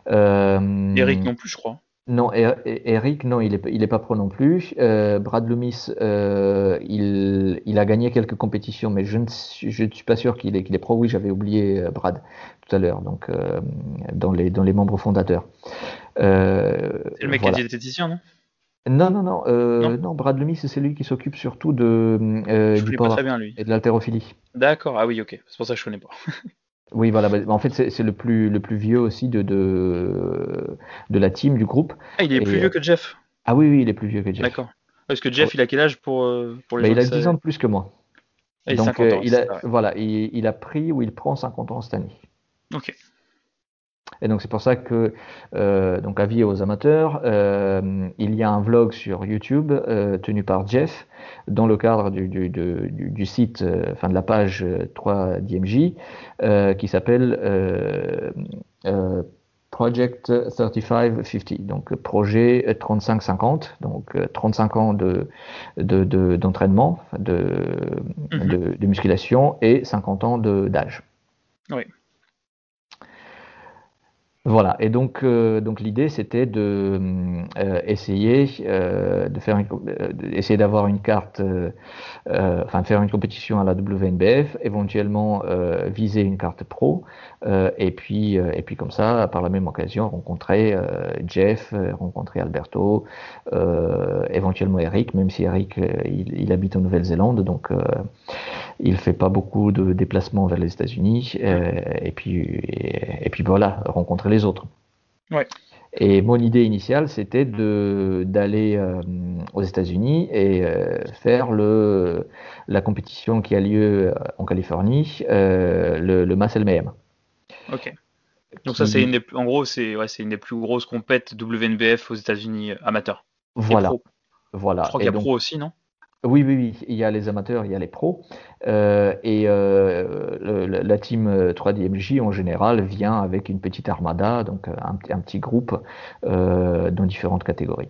Euh, Eric non plus, je crois. non, E- E- Eric, non, il est, il est pas pro non plus. Euh, Brad Loomis, euh, il, il a gagné quelques compétitions, mais je ne suis, je ne suis pas sûr qu'il est, qu'il est pro. Oui, j'avais oublié euh, Brad tout à l'heure, donc euh, dans les, dans les membres fondateurs. Euh, C'est le mec qui est voilà. diététicien, non? Non, non, non, Non? euh, non, Brad Loomis, c'est celui qui s'occupe surtout de, euh, Je du connais pas power très bien lui. et de l'haltérophilie. D'accord, ah oui, ok. C'est pour ça que je connais pas. Oui, voilà, bah, en fait, c'est c'est le plus, le plus vieux aussi de, de, de la team, du groupe. Ah, il est plus Et, euh, vieux que Jeff. ah oui, oui, il est plus vieux que Jeff. D'accord. Parce que Oui. Jeff, il a quel âge pour, euh, pour les Bah, gens il qui a dix ans savent? de plus que moi. Ah, il a Donc, cinquante euh, ans, il c'est a, ça, ouais. voilà, il, il a pris ou il prend cinquante ans cette année. Ok. Et donc c'est pour ça que, euh, donc avis aux amateurs, euh, il y a un vlog sur YouTube euh, tenu par Jeff dans le cadre du, du, du, du site, euh, enfin de la page trois D M J, euh, qui s'appelle euh, euh, Project trente-cinq cinquante, donc projet trente-cinq cinquante, donc trente-cinq ans de, de, de, d'entraînement, de, Mhm. de, de musculation et cinquante ans de, d'âge. Oui. Voilà, et donc, euh, donc l'idée c'était de euh, essayer euh, de faire une, euh, essayer d'avoir une carte, euh, euh, enfin de faire une compétition à la W N B F, éventuellement euh, viser une carte pro, euh, et puis euh, et puis comme ça, par la même occasion, rencontrer euh, Jeff, euh, rencontrer Alberto, euh, éventuellement Eric, même si Eric euh, il, il habite en Nouvelle-Zélande, donc euh, il fait pas beaucoup de déplacements vers les États-Unis, euh, et puis et, et puis voilà, rencontrer les autres. Ouais. Et mon idée initiale, c'était de d'aller euh, aux États-Unis et euh, faire le la compétition qui a lieu en Californie, euh, le, le Muscle Mayhem. Ok. Donc ça, c'est Qui une des, en gros, c'est ouais, c'est une des plus grosses compètes W N B F aux États-Unis euh, amateurs et voilà, pro. Je voilà. crois qu'il y Et a donc pro aussi, non? oui, oui, oui, il y a les amateurs, il y a les pros, euh, et euh, le- le- la team euh, trois D M J en général vient avec une petite armada, donc euh, un, un petit groupe euh, dans différentes catégories.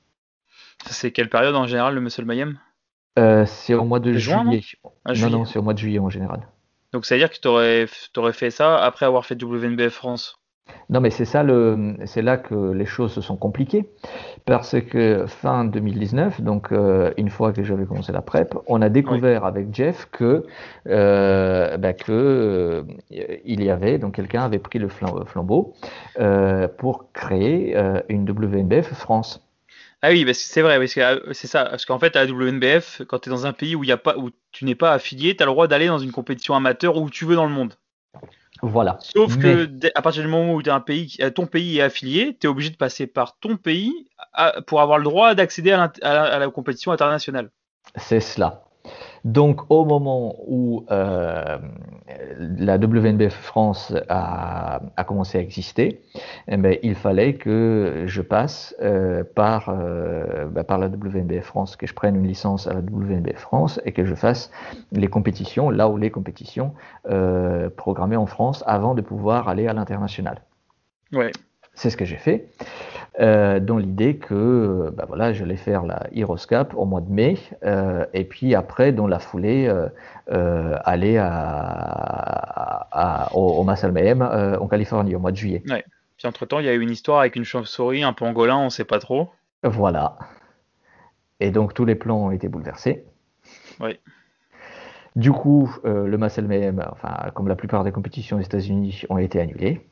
Ça, c'est quelle période en général, le Muscle Mayhem? Euh, c'est au mois de C'est juin, non? juillet. Ah, Non, juillet. non, c'est au mois de juillet en général. Donc ça veut dire que tu aurais, t'aurais fait ça après avoir fait W N B F France. Non, mais c'est ça le, c'est là que les choses se sont compliquées parce que fin deux mille dix-neuf, donc euh, une fois que j'avais commencé la prep, on a Oui. découvert avec Jeff que euh, bah, que euh, il y avait donc quelqu'un avait pris le flam- flambeau euh, pour créer euh, une W N B F France. Ah oui, parce que c'est vrai, parce que, euh, c'est ça. Parce qu'en fait, à la W N B F, quand tu es dans un pays où, il y a pas, où tu n'es pas affilié, tu as le droit d'aller dans une compétition amateur où tu veux dans le monde. Voilà. Sauf que Mais dès- à partir du moment où t'es un pays, qui- euh, ton pays est affilié, tu es obligé de passer par ton pays à- pour avoir le droit d'accéder à, l'int- à la, à la compétition internationale. c'est cela. Donc, au moment où euh, la W N B F France a, a commencé à exister, eh ben, il fallait que je passe euh, par, euh, bah, par la W N B F France, que je prenne une licence à la W N B F France et que je fasse les compétitions, là où les compétitions euh, programmées en France avant de pouvoir aller à l'international. Ouais. C'est ce que j'ai fait, euh, dans l'idée que euh, bah voilà, j'allais faire la Heroescup au mois de mai, euh, et puis après, dans la foulée, euh, euh, aller à, à, à, au, au Muscle Mayhem euh, en Californie au mois de juillet. Ouais. Puis entre-temps, il y a eu une histoire avec une chauve-souris, un pangolin, on sait pas trop. Voilà. Et donc tous les plans ont été bouleversés. Ouais. Du coup, euh, le Muscle Mayhem, enfin, comme la plupart des compétitions aux États-Unis, ont été annulées.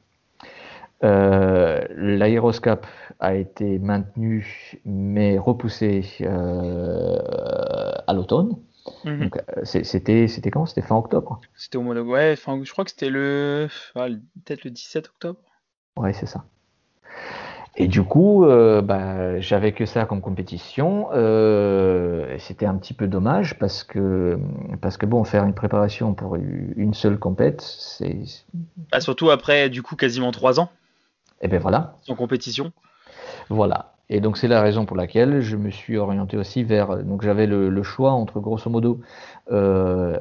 Euh, L'Aéroscope a été maintenu mais repoussé euh, à l'automne. Mhm. Donc euh, c'est- c'était c'était quand? C'était fin octobre? C'était au mois de... Ouais, enfin, je crois que c'était le... ah, le- peut-être le dix-sept octobre. Ouais, c'est ça. Et du coup, euh, bah, j'avais que ça comme compétition. Euh, et c'était un petit peu dommage parce que parce que bon, faire une préparation pour une seule compète, c'est Ah, surtout après, du coup, quasiment trois ans et ben voilà, sans compétition. voilà. Et donc c'est la raison pour laquelle je me suis orienté aussi vers. Donc j'avais le, le choix entre grosso modo euh,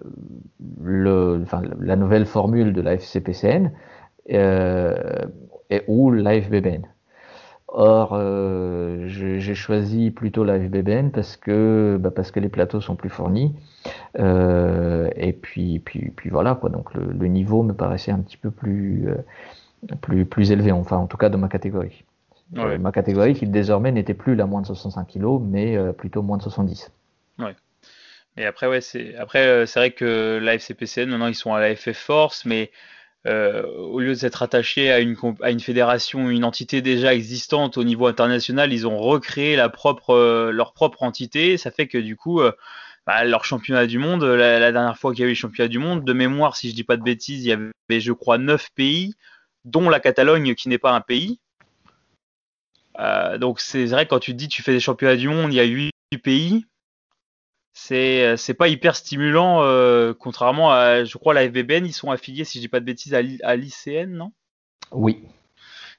le, enfin, la nouvelle formule de la F C P C N euh, et, ou la F B B N. Or, euh, je- j'ai choisi plutôt la F B B N parce que, bah, parce que les plateaux sont plus fournis. Euh, et puis, puis, puis voilà, quoi. Donc le, le niveau me paraissait un petit peu plus, euh, plus, plus élevé, enfin en tout cas dans ma catégorie. Euh, Ouais, ma catégorie qui désormais n'était plus la moins de soixante-cinq kilos, mais euh, plutôt moins de soixante-dix. ouais. Et après, ouais, c'est après, euh, c'est vrai que la F C P C N, maintenant, ils sont à la F F Force, mais euh, au lieu de s'être attachés à une, comp- à une fédération, une entité déjà existante au niveau international, ils ont recréé la propre, euh, leur propre entité. Ça fait que du coup, euh, bah, leur championnat du monde, la, la dernière fois qu'il y a eu le championnat du monde, de mémoire, si je dis pas de bêtises, il y avait, je crois, neuf pays, dont la Catalogne qui n'est pas un pays. Euh, donc c'est vrai que quand tu te dis tu fais des championnats du monde, il y a huit pays. C'est c'est pas hyper stimulant, euh, contrairement à, je crois, la F B B N, ils sont affiliés, si je dis pas de bêtises, à l'I- à l'I C N, non? Oui,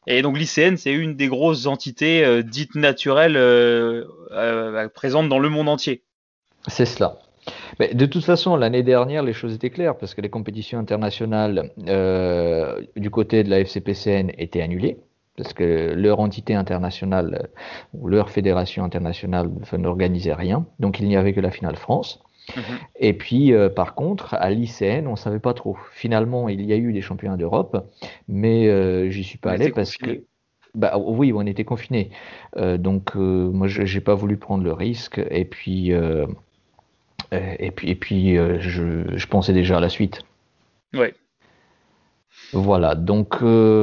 Et donc l'I C N, c'est une des grosses entités euh, dites naturelles euh, euh, présentes dans le monde entier. C'est cela. Mais de toute façon, l'année dernière, les choses étaient claires parce que les compétitions internationales euh, du côté de la F C P C N étaient annulées parce que leur entité internationale ou leur fédération internationale n'organisait rien. Donc il n'y avait que la finale France. Mhm. Et puis, euh, par contre, à l'I C N, on ne savait pas trop. Finalement, il y a eu des championnats d'Europe, mais euh, j'y suis pas On allé était parce confinés. que, bah oui, on était confinés. Euh, donc, euh, moi, je n'ai pas voulu prendre le risque. Et puis, euh, et puis, et puis euh, je, je pensais déjà à la suite. Ouais. Voilà, donc,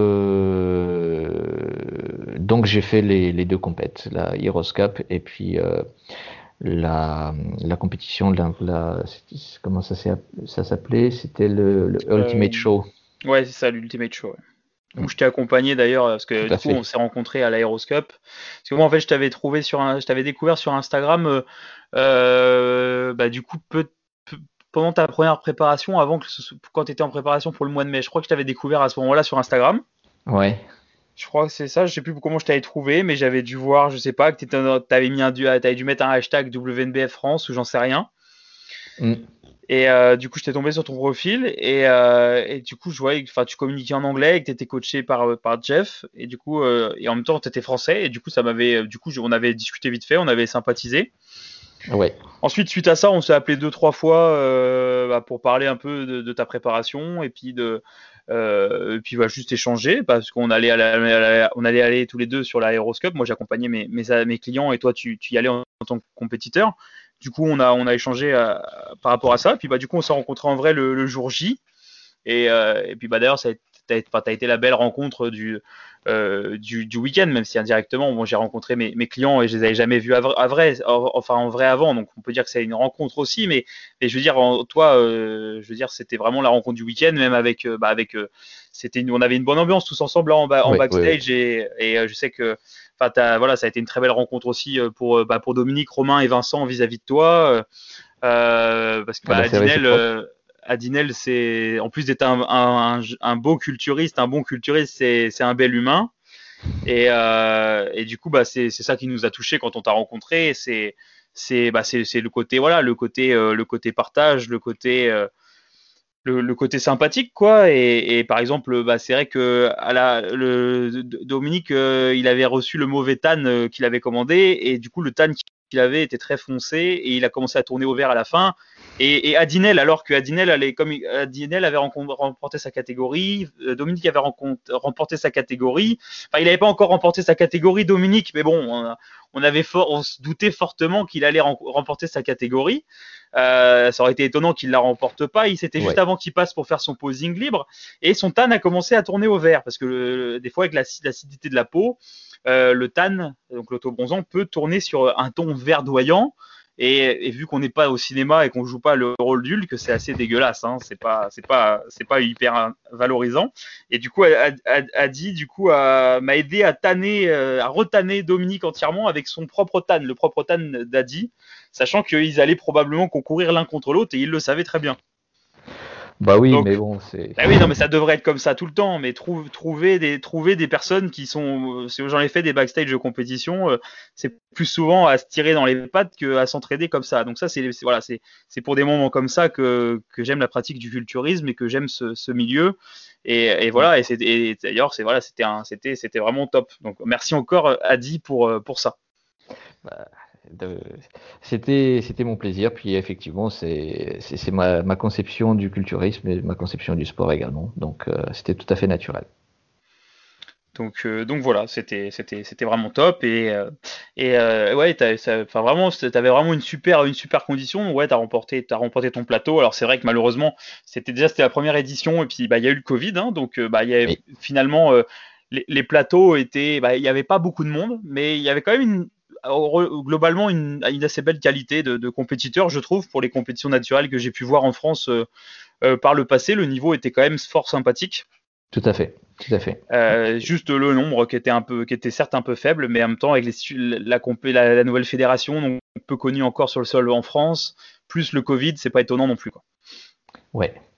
euh, donc j'ai fait les, les deux compètes, la Heroes Cup et puis euh, la, la compétition, la, la- comment ça s'est- ça s'appelait? C'était le, le Euh, Ultimate Show. ouais, c'est ça, l'Ultimate Show. Ouais. Mm, Où je t'ai accompagné d'ailleurs, parce que tout du à coup on fait. s'est rencontrés à l'Aéroscope. Parce que moi en fait je t'avais trouvé sur un, je t'avais découvert sur Instagram, euh, euh, bah du coup peu, peu- pendant ta première préparation, avant que ce soit- quand tu étais en préparation pour le mois de mai, je crois que je t'avais découvert à ce moment-là sur Instagram. Ouais. Je crois que c'est ça, je sais plus comment je t'avais trouvé, mais j'avais dû voir, je sais pas, que t'étais dans- t'avais mis un, du- t'avais dû mettre un hashtag W N B F France ou j'en sais rien. Mm, Et euh, du coup, j'étais tombé sur ton profil et, euh, et du coup, je voyais que enfin, tu communiquais en anglais et que tu étais coaché par, euh, par Jeff. Et du coup, euh, et en même temps, tu étais français. Et du coup, ça m'avait, euh, du coup, je- on avait discuté vite fait, on avait sympathisé. ouais. Ensuite, suite à ça, on s'est appelé deux, trois fois euh, bah, pour parler un peu de, de ta préparation et puis de, euh, et puis bah, juste échanger parce qu'on allait, à la- à la- on allait aller tous les deux sur l'aéroscope. Moi, j'accompagnais mes, mes, mes clients et toi, tu, tu y allais en, en tant que compétiteur. Du coup, on a, on a échangé euh, par rapport à ça. Puis bah, du coup, on s'est rencontrés en vrai le, le jour J. Et, euh, et puis bah, d'ailleurs, ça a, t'as, t'as été la belle rencontre du, euh, du, du week-end, même si indirectement, bon, j'ai rencontré mes, mes clients et je les avais jamais vus à, vrai, à vrai, enfin en vrai avant. Donc on peut dire que c'est une rencontre aussi. Mais, mais je veux dire, en, toi, euh, je veux dire, c'était vraiment la rencontre du week-end, même avec, euh, bah, avec, euh, c'était, une, on avait une bonne ambiance tous ensemble là, en, en Ouais, ouais, ouais. backstage et, et euh, je sais que enfin, voilà, ça a été une très belle rencontre aussi pour, bah, pour Dominique, Romain et Vincent vis-à-vis de toi. Euh, parce que Ah bah, bah, c'est Adinel, réciproque. euh, Adinel, c'est en plus d'être un, un, un, un beau culturiste, un bon culturiste, c'est, c'est un bel humain. Et, euh, et du coup, bah, c'est, c'est ça qui nous a touché quand on t'a rencontré. C'est, c'est, bah, c'est, c'est le côté, voilà, le côté, euh, le côté partage, le côté, euh, le, le côté sympathique, quoi. Et, et par exemple, bah, c'est vrai que à la, le, Dominique, euh, il avait reçu le mauvais tan euh, qu'il avait commandé, et du coup, le tan qu'il avait était très foncé, et il a commencé à tourner au vert à la fin. Et, et Adinel, alors que Adinel, allait, comme Adinel avait remporté sa catégorie, euh, Dominique avait remporté sa catégorie. Enfin, il n'avait pas encore remporté sa catégorie, Dominique, mais bon, on, on avait fort, on se doutait fortement qu'il allait remporter sa catégorie. Euh, ça aurait été étonnant qu'il la remporte pas. Il C'était juste Ouais. avant qu'il passe pour faire son posing libre et son tan a commencé à tourner au vert parce que le, des fois avec l'acidité de la peau, euh, le tan, donc l'autobronzant, peut tourner sur un ton verdoyant. Et, et vu qu'on n'est pas au cinéma et qu'on joue pas le rôle d'Hulk, c'est assez dégueulasse. Hein. C'est pas, c'est pas, c'est pas hyper valorisant. Et du coup, Adi, du coup, a- m'a aidé à tanner, euh, à retaner Dominique entièrement avec son propre tan, le propre tan d'Adi, sachant qu'ils allaient probablement concourir l'un contre l'autre et ils le savaient très bien. Bah oui, Donc, mais bon, c'est. bah oui, non, mais ça devrait être comme ça tout le temps. Mais trou- trouver des trouver des personnes qui sont, euh, j'en ai fait des backstage de compétition, euh, c'est plus souvent à se tirer dans les pattes qu'à s'entraider comme ça. Donc ça, c'est c'est- voilà, c'est c'est pour des moments comme ça que que j'aime la pratique du culturisme et que j'aime ce, ce milieu. Et, et voilà. Et, c'est- et d'ailleurs, c'est voilà, c'était un, c'était c'était vraiment top. Donc merci encore Adi pour euh, pour ça. Bah, de- C'était, c'était mon plaisir. Puis effectivement, c'est, c'est, c'est ma, ma conception du culturisme et ma conception du sport également. Donc euh, c'était tout à fait naturel. Donc, euh, donc voilà, c'était, c'était, c'était vraiment top et euh, et euh, ouais, t'as, ça- enfin vraiment, c'est- t'avais vraiment une super, une super condition. Ouais, t'as remporté, t'as remporté ton plateau. Alors c'est vrai que malheureusement, c'était déjà c'était la première édition et puis bah il y a eu le Covid, hein, donc euh, bah il y avait Oui, finalement euh, les, les plateaux étaient, bah il y avait pas beaucoup de monde, mais il y avait quand même une heureux- globalement une, une assez belle qualité de, de compétiteurs, je trouve, pour les compétitions naturelles que j'ai pu voir en France euh, euh, par le passé. Le niveau était quand même fort sympathique. tout à fait, tout à fait. Euh, juste le nombre qui était un peu, qui était certes un peu faible, mais en même temps avec les, la, la, la nouvelle fédération, donc peu connue encore sur le sol en France, plus le Covid, c'est pas étonnant non plus, quoi. Ouais.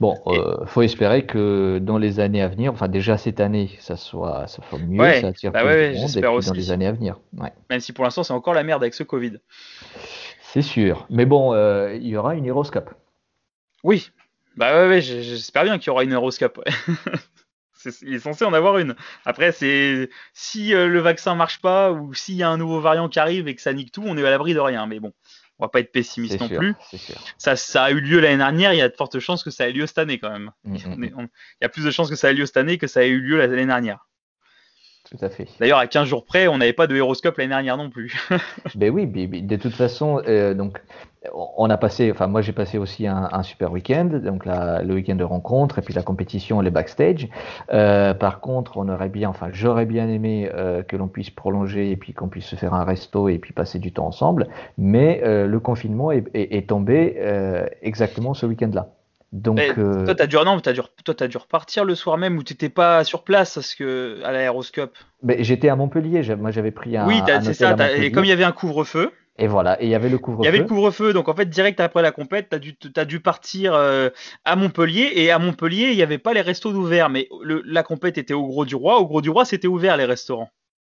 Bon, euh, faut espérer que dans les années à venir, enfin déjà cette année, ça soit, ça soit mieux, Ouais, ça attire bah plus ouais, de ouais, monde, et j'espère puis dans aussi. les années à venir. Ouais. Même si pour l'instant, c'est encore la merde avec ce Covid. C'est sûr. Mais bon, euh, il y aura une Heroes Cup. Oui, bah ouais, ouais, j'- j'espère bien qu'il y aura une Euroscope. Ouais. C'est- Il est censé en avoir une. Après, c'est si euh, le vaccin marche pas ou s'il y a un nouveau variant qui arrive et que ça nique tout, on est à l'abri de rien. Mais bon, on va pas être C'est pessimiste non sûr, plus. c'est sûr. Ça, ça a eu lieu l'année dernière. Il y a de fortes chances que ça ait lieu cette année quand même. Mm, mm, On est- mm. on- Il y a plus de chances que ça ait lieu cette année que ça ait eu lieu l'année dernière. Tout à fait. D'ailleurs, à quinze jours près, on n'avait pas de Euroscope l'année dernière non plus. Ben oui, ben- ben, de toute façon, euh, donc on a passé, enfin moi j'ai passé aussi un, un super week-end, donc la- le week-end de rencontre et puis la compétition, les backstage. Euh, par contre, on aurait bien, enfin j'aurais bien aimé euh, que l'on puisse prolonger et puis qu'on puisse se faire un resto et puis passer du temps ensemble, mais euh, le confinement est, est- est tombé euh, exactement ce week-end-là. Mais Donc toi, euh, t'as dû, non, mais t'as dû, toi, t'as dû repartir le soir même où t'étais pas sur place parce que à l'aéroscope. ben, j'étais à Montpellier, j'ai- moi j'avais pris un, Oui, t'as- un c'est hôtel ça. à t'as- Et comme il y Montpellier avait un couvre-feu, et voilà, et il y avait le il y avait le couvre-feu. couvre-feu, donc en fait direct après la compète, t'as dû, t'as dû partir euh, à Montpellier et à Montpellier, il y avait pas les restos d'ouvert, mais le, la compète était au Gros du Roi. Au Gros du Roi, c'était ouvert les restaurants.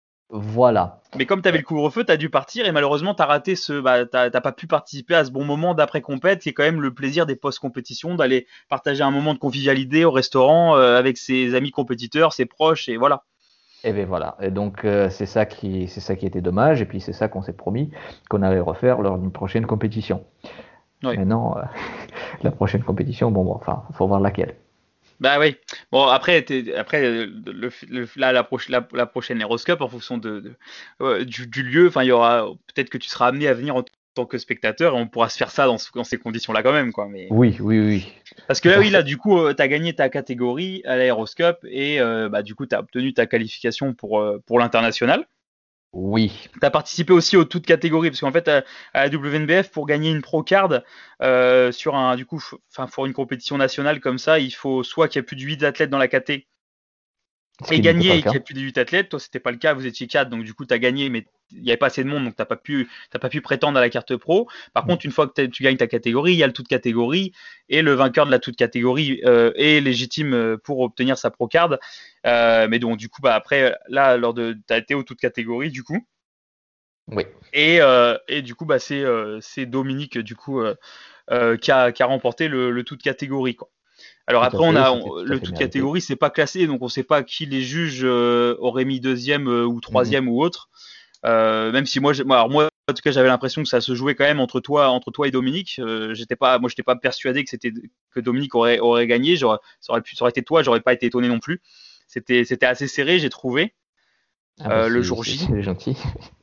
Voilà. Mais comme t'avais le couvre-feu, t'as dû partir et malheureusement t'as raté ce, bah t'as t'as pas pu participer à ce bon moment d'après compète, qui est quand même le plaisir des post-compétitions, d'aller partager un moment de convivialité au restaurant euh, avec ses amis compétiteurs, ses proches et voilà. Et bien voilà. Et donc euh, c'est ça qui, c'est ça qui était dommage. Et puis c'est ça qu'on s'est promis qu'on allait refaire lors d'une prochaine compétition. Oui. Maintenant, euh, la prochaine compétition, bon, bon, enfin, faut voir laquelle. Bah oui. Bon après, t'es- après euh, le, le- là la, proche- la, la prochaine Euroscope en fonction de, de- euh, du, du lieu, enfin il y aura peut-être que tu seras amené à venir en tant que spectateur et on pourra se faire ça dans, ce- dans ces conditions-là quand même quoi. Mais Oui, oui, oui. parce que Tout là à oui là fait. du coup euh, t'as gagné ta catégorie à l'Aéroscope et euh, bah du coup t'as obtenu ta qualification pour euh, pour l'international. Oui. Tu as participé aussi aux toutes catégories, parce qu'en fait, à, à la W N B F, pour gagner une pro card, euh, sur un, du coup, enfin, pour une compétition nationale comme ça, il faut soit qu'il y ait plus de huit athlètes dans la caté Ce et qui n'était pas gagner le et qu'il y ait cas. plus de huit athlètes. Toi, c'était pas le cas, vous étiez quatre, donc du coup, tu as gagné, mais il n'y avait pas assez de monde, donc tu n'as pas pu, t'as pas pu prétendre à la carte pro. Par Mm. contre, une fois que tu gagnes ta catégorie, il y a le toute catégorie, et le vainqueur de la toute catégorie euh, est légitime euh, pour obtenir sa pro card. Euh, mais donc, du coup, bah, après, là, lors de, tu as été aux toutes catégories, du coup. Oui. Et, euh, et du coup, bah, c'est euh, c'est Dominique du coup euh, euh, qui, a, qui a remporté le, le toute catégorie quoi. Alors Tout à après, on fait. a C'était on- tout à le fait toute mérité. catégorie, c'est pas classé, donc on sait pas qui les juges euh, auraient mis deuxième euh, ou Mm, mm. troisième ou autre. Euh, même si moi, j'ai- moi, alors moi, en tout cas, j'avais l'impression que ça se jouait quand même entre toi, entre toi et Dominique. Euh, j'étais pas, moi, j'étais pas persuadé que c'était que Dominique aurait aurait gagné. J'aurais, ça aurait pu, ça aurait été toi, j'aurais pas été étonné non plus. C'était c'était assez serré, j'ai trouvé Ah ben euh, le c'est jour c'est- J. c'est gentil.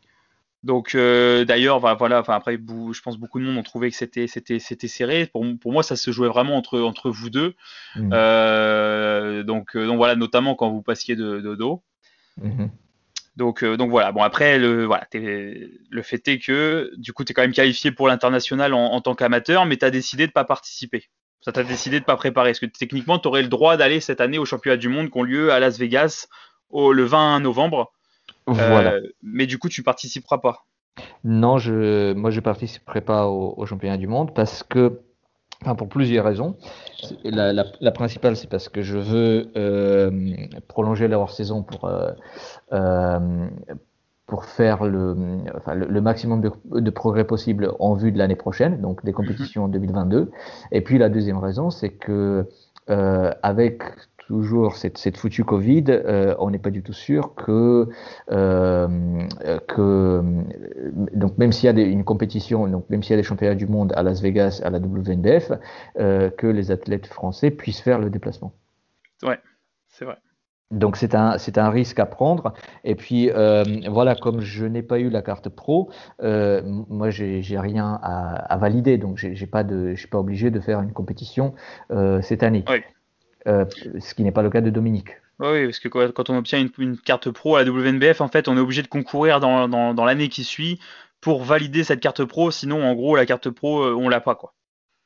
Donc euh, d'ailleurs, bah, voilà, enfin après, bou- je pense beaucoup de monde ont trouvé que c'était c'était c'était serré. Pour, pour moi, ça se jouait vraiment entre entre vous deux. Mm. Euh, donc euh, donc voilà, notamment quand vous passiez de, de dos. Mhm. Donc euh, donc voilà. Bon après, le voilà, t'es- le fait est que du coup, tu es quand même qualifié pour l'international en, en tant qu'amateur, mais tu as décidé de pas participer. Ça t'a décidé de pas préparer. Parce que techniquement, tu aurais le droit d'aller cette année aux championnats du monde qui ont lieu à Las Vegas au, le vingt novembre. Voilà. Euh, mais du coup, tu participeras pas. Non, je, moi je participerai pas au, au championnat du monde parce que, enfin, pour plusieurs raisons. C'est- La, la- la principale, c'est parce que je veux euh, prolonger la hors-saison pour, euh, euh, pour faire le, enfin, le, le maximum de, de progrès possible en vue de l'année prochaine, donc des Mhm. compétitions en deux mille vingt-deux. Et puis la deuxième raison, c'est que euh, avec toujours cette, cette foutue Covid, euh, on n'est pas du tout sûr que, euh, que donc même s'il y a des, une compétition, donc même s'il y a des championnats du monde à Las Vegas, à la W N B F, euh, que les athlètes français puissent faire le déplacement. Ouais, c'est vrai. Donc c'est un, c'est un risque à prendre. Et puis euh, voilà, comme je n'ai pas eu la carte pro, euh, m- moi j'ai, j'ai rien à, à valider, donc j'ai, j'ai pas de, je suis pas obligé de faire une compétition euh, cette année. Ouais. Euh, ce qui n'est pas le cas de Dominique. Ouais, oui, parce que quand quand on obtient une, une carte pro à la W N B F, en fait, on est obligé de concourir dans, dans, dans l'année qui suit pour valider cette carte pro. Sinon, en gros, la carte pro, euh, on l'a pas, quoi.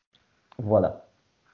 Voilà.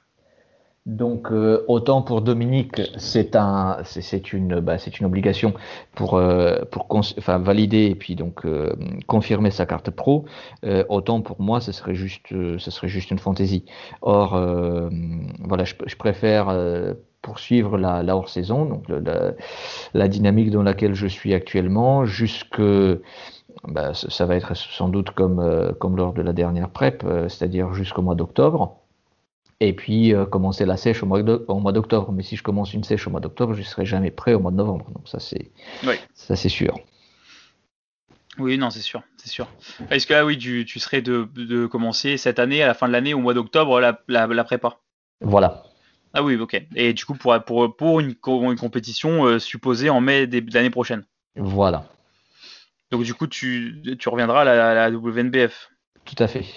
Donc euh, autant pour Dominique, c'est un, c'est, c'est une, bah, c'est une obligation pour euh, pour cons- enfin, valider et puis donc euh, confirmer sa carte pro. Euh, autant pour moi, ce serait juste, euh, ce serait juste une fantaisie. Or, euh, voilà, je, je préfère euh, poursuivre la, la hors-saison, donc le, la, la dynamique dans laquelle je suis actuellement, jusque, bah, ça, ça va être sans doute comme, euh, comme lors de la dernière prep, euh, c'est-à-dire jusqu'au mois d'octobre. Et puis euh, commencer la sèche au mois d'o- au mois d'octobre. Mais si je commence une sèche au mois d'octobre, je ne serai jamais prêt au mois de novembre. Donc ça c'est Oui. ça c'est sûr. Oui, non, c'est sûr, c'est sûr. Est-ce que là, oui, tu, tu serais de, de commencer cette année, à la fin de l'année, au mois d'octobre, la, la, la prépa? Voilà. Ah oui, ok. Et du coup, pour, pour, pour une, co- une compétition euh, supposée en mai des- de l'année prochaine. Voilà. Donc du coup, tu, tu reviendras à la, à la W N B F. Tout à fait.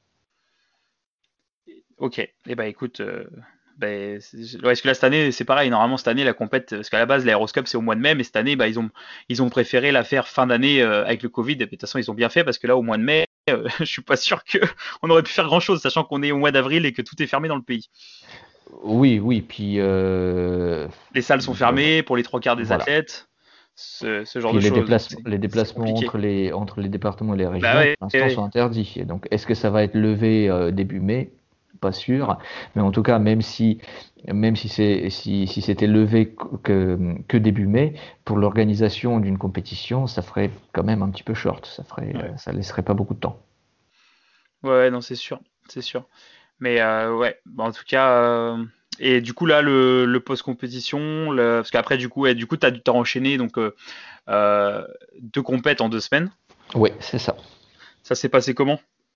Ok. Et bah écoute, euh, bah, c'est- ouais, est-ce que là cette année c'est pareil, normalement cette annne la compète, parce qu'à la base l'Aéroscope c'est au mois de mai, mais cette année bah, ils ont ils ont préféré la faire fin d'année euh, avec le Covid. Et de toute façon ils ont bien fait parce que là au mois de mai, euh, je suis pas sûr que on aurait pu faire grand chose, sachant qu'on est au mois d'avril et que tout est fermé dans le pays. Oui, oui. Puis euh, Les salles sont fermées pour les trois quarts des voilà. athlètes, ce, ce genre Puis de les choses. Donc déplacements, c'est les c'est déplacements compliqué. entre les entre les départements et les Bah régions, ouais, pour l'instant, ouais, sont interdits. Et donc, est-ce que ça va être levé euh, début mai? Pas sûr. Mais en tout cas, même si même si c'est si, si c'était levé que, que début mai, pour l'organisation d'une compétition, ça ferait quand même un petit peu short. Ça ferait, ouais. euh, ça laisserait pas beaucoup de temps. Ouais, ouais, non, c'est sûr, c'est sûr. Mais euh, ouais, bah, en tout cas, euh, et du coup là, le, le post-compétition, le- parce qu'après du coup, ouais, du coup, t'as dû t'as enchaîné donc euh, euh, deux compètes en deux semaines. Oui, c'est ça. Ça s'est passé comment?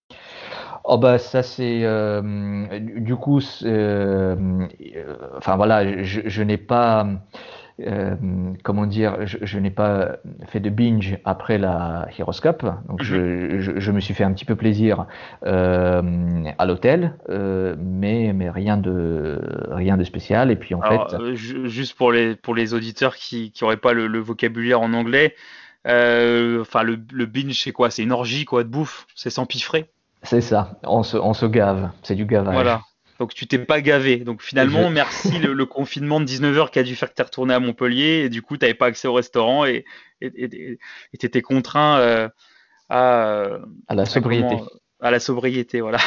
Oh bah ça c'est euh, du du coup c'est, euh, euh, enfin voilà je, je n'ai pas euh, comment dire je, je n'ai pas fait de binge après la Heroes Cup donc Mhm. je, je, je me suis fait un petit peu plaisir euh, à l'hôtel euh, mais mais rien de rien de spécial et puis en Alors, fait euh, ju- juste pour les pour les auditeurs qui qui auraient pas le, le vocabulaire en anglais, euh, enfin le, le binge c'est quoi? C'est une orgie quoi de bouffe, c'est s'empiffrer. c'est ça on se on se gave c'est du gavage. Voilà. Donc tu t'es pas gavé. Donc Je finalement, merci le, le confinement de dix-neuf heures qui a dû faire que tu es retourné à Montpellier et du coup, tu n'avais pas accès au restaurant et tu étais contraint euh, à, euh, à la à sobriété. comment à la sobriété, voilà.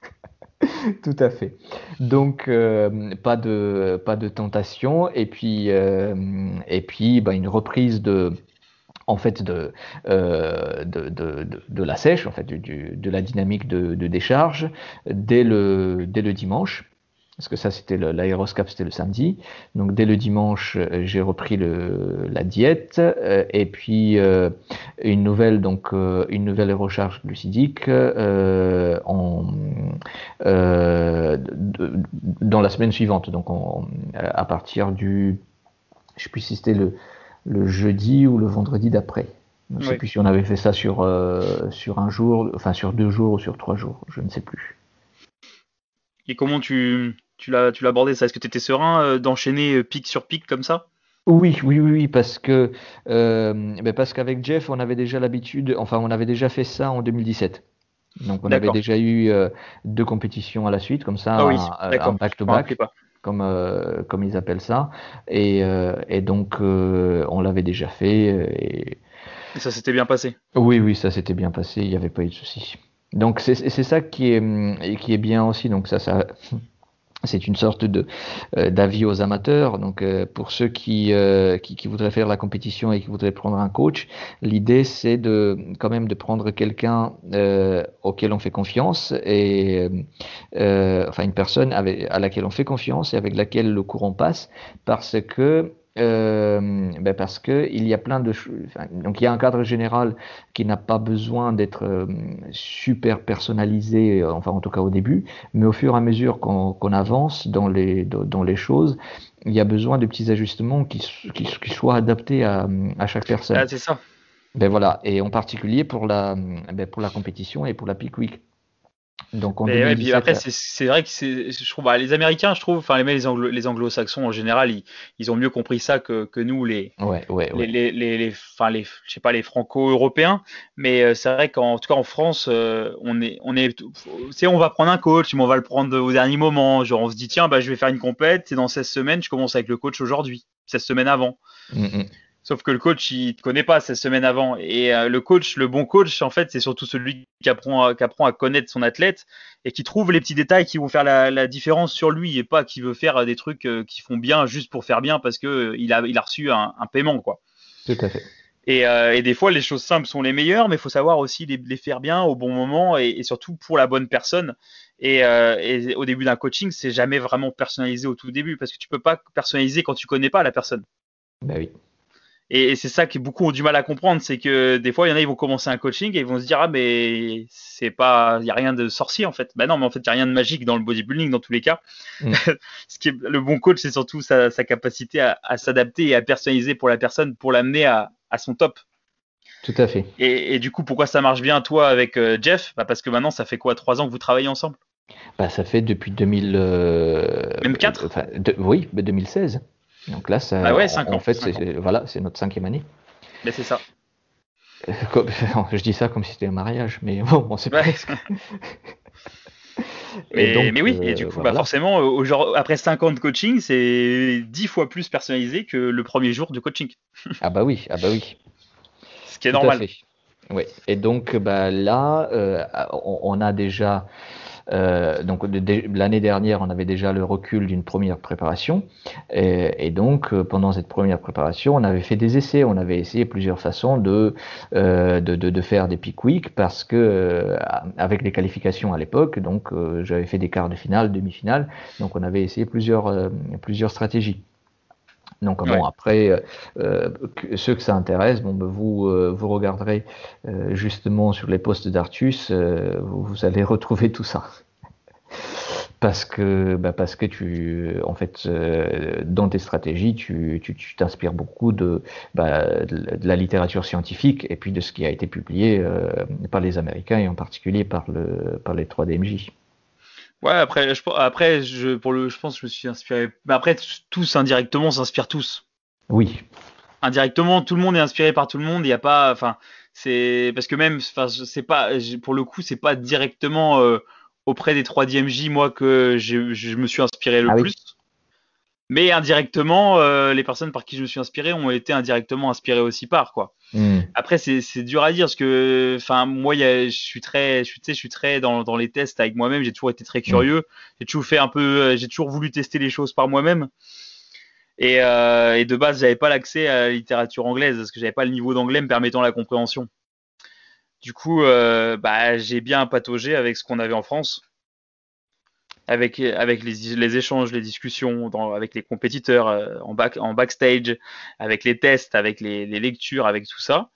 Tout à fait. Donc euh, pas de pas de tentation et puis euh, et puis bah, une reprise de en fait de euh, de, de, de, de la sèche en fait du, du- de la dynamique de, de décharge dès le dès le dimanche. Parce que ça, c'était le- l'aéroscope, c'était le samedi. Donc, dès le dimanche, euh, j'ai repris le, la diète euh, et puis euh, une nouvelle, donc euh, une nouvelle recharge glucidique euh, en, euh, de- dans la semaine suivante. Donc, en- à partir du, je sais plus si c'était le, le jeudi ou le vendredi d'après. Je ne sais Oui. plus si on avait fait ça sur euh, sur un jour, enfin sur deux jours ou sur trois jours. Je ne sais plus. Et comment tu tu l'as tu l'as abordé ça? Est-ce que tu étais serein euh, d'enchaîner euh, pic sur pic comme ça? Oui, oui, oui, oui, parce que euh, ben parce qu'avec Jeff, on avait déjà l'habitude, enfin, on avait déjà fait ça en deux mille dix-sept. Donc, on avait D'accord. déjà eu euh, deux compétitions à la suite, comme ça, Ah oui, un un d'accord. Je m'en rappelais back-to-back, pas. comme euh, comme ils appellent ça. Et, euh, et donc, euh, on l'avait déjà fait. euh, Et Et ça s'était bien passé. oui, oui, ça s'était bien passé. Il n'y avait pas eu de souci. Donc, c'est c'est ça qui est hum, et qui est bien aussi. Donc, ça, ça. C'est une sorte de euh, d'avis aux amateurs. Donc, euh, pour ceux qui, euh, qui, qui voudraient faire la compétition et qui voudraient prendre un coach, l'idée c'est de quand même de prendre quelqu'un euh, auquel on fait confiance et euh, enfin une personne avec, à laquelle on fait confiance et avec laquelle le courant passe, parce que euh, ben parce que il y a plein de ch- enfin, donc il y a un cadre général qui n'a pas besoin d'être euh, super personnalisé, euh, enfin en tout cas au début, mais au fur et à mesure qu'on qu'on avance dans les, dans les choses, il y a besoin de petits ajustements qui, qui, qui soient adaptés à, à chaque personne. Ah, c'est ça. Ben voilà, et en particulier pour la, ben pour la compétition et pour la Peak Week. Donc en Mais ouais, puis deux mille dix-sept, après, là, c'est c'est vrai que c'est, je trouve, bah, les Américains, je trouve, enfin les, les, anglo, les anglo-saxons en général, ils, ils ont mieux compris ça que, que nous, les, ouais, ouais, les, ouais. les, les, les, enfin les, je sais pas, les franco-européens. Mais euh, c'est vrai qu'en tout cas en France, euh, on est, on est, tu sais, on va prendre un coach, mais on va le prendre au dernier moment. Genre, on se dit, tiens, bah, je vais faire une compète, c'est dans seize semaines, je commence avec le coach aujourd'hui, seize semaines avant. Mm, mm. Sauf que le coach, il te connaît pas cette semaine avant. Et euh, le coach, le bon coach, en fait, c'est surtout celui qui apprend, à, qui apprend à connaître son athlète et qui trouve les petits détails qui vont faire la, la différence sur lui et pas qui veut faire des trucs euh, qui font bien juste pour faire bien parce que euh, il a, il a reçu un, un paiement, quoi. Tout à fait. Et, euh, et des fois, les choses simples sont les meilleures, mais il faut savoir aussi les, les faire bien au bon moment et, et surtout pour la bonne personne. Et, euh, et au début d'un coaching, c'est jamais vraiment personnalisé au tout début parce que tu peux pas personnaliser quand tu connais pas la personne. Ben oui. Et, et c'est ça que beaucoup ont du mal à comprendre, c'est que des fois, il y en a, ils vont commencer un coaching et ils vont se dire ah mais c'est pas, il y a rien de sorcier en fait. Ben non, mais en fait, il y a rien de magique dans le bodybuilding dans tous les cas. Mm. Ce qui est le bon coach, c'est surtout sa, sa capacité à, à s'adapter et à personnaliser pour la personne, pour l'amener à, à son top. Tout à fait. Et, et du coup, pourquoi ça marche bien toi avec euh, Jeff? Bah parce que maintenant, ça fait quoi, trois ans que vous travaillez ensemble? Bah ça fait depuis deux mille. Euh, Même quatre? Enfin, de, oui, deux mille seize. Donc là, ça, ah ouais, cinq en, ans. en fait, c'est, voilà, c'est notre cinquième année. Mais c'est ça. Comme, je dis ça comme si c'était un mariage, mais bon, bon c'est ouais. presque. mais, donc, mais oui, et du coup, euh, bah, voilà. forcément, au genre, après cinq ans de coaching, c'est dix fois plus personnalisé que le premier jour de coaching. ah bah oui, ah bah oui. Ce qui est Tout normal. Oui, et donc bah, là, euh, on, on a déjà... Euh, donc de, de, l'année dernière, on avait déjà le recul d'une première préparation, et, et donc euh, pendant cette première préparation, on avait fait des essais, on avait essayé plusieurs façons de euh, de, de, de faire des peak week parce que euh, avec les qualifications à l'époque, donc euh, j'avais fait des quarts de finale, demi-finale, donc on avait essayé plusieurs euh, plusieurs stratégies. Donc bon, ouais. après, euh, ceux que ça intéresse, bon, ben, vous euh, vous regarderez euh, justement sur les posts d'Artus, euh, vous, vous allez retrouver tout ça. Parce que, bah parce que tu, en fait, euh, dans tes stratégies, tu, tu, tu t'inspires beaucoup de, bah, de, de la littérature scientifique et puis de ce qui a été publié euh, par les Américains et en particulier par le par les trois D M J. Ouais, après, je, après, je, pour le, je pense que je me suis inspiré. Mais après, tous indirectement s'inspirent tous. Oui. Indirectement, tout le monde est inspiré par tout le monde. Il n'y a pas, enfin, c'est parce que même, enfin, c'est pas, pour le coup, c'est pas directement euh, auprès des trois D M J moi que je, je me suis inspiré le ah, plus. Oui. Mais indirectement, euh, les personnes par qui je me suis inspiré ont été indirectement inspirées aussi par quoi. Mm. Après, c'est, c'est dur à dire parce que, enfin, moi, y a, je suis très, je suis, tu sais, je suis très dans, dans les tests avec moi-même. J'ai toujours été très curieux. Mm. J'ai toujours fait un peu, j'ai toujours voulu tester les choses par moi-même. Et, euh, et de base, j'avais pas l'accès à la littérature anglaise parce que j'avais pas le niveau d'anglais me permettant la compréhension. Du coup, euh, bah, j'ai bien pataugé avec ce qu'on avait en France. Avec, avec les, les échanges, les discussions, dans, avec les compétiteurs euh, en, back, en backstage, avec les tests, avec les, les lectures, avec tout ça.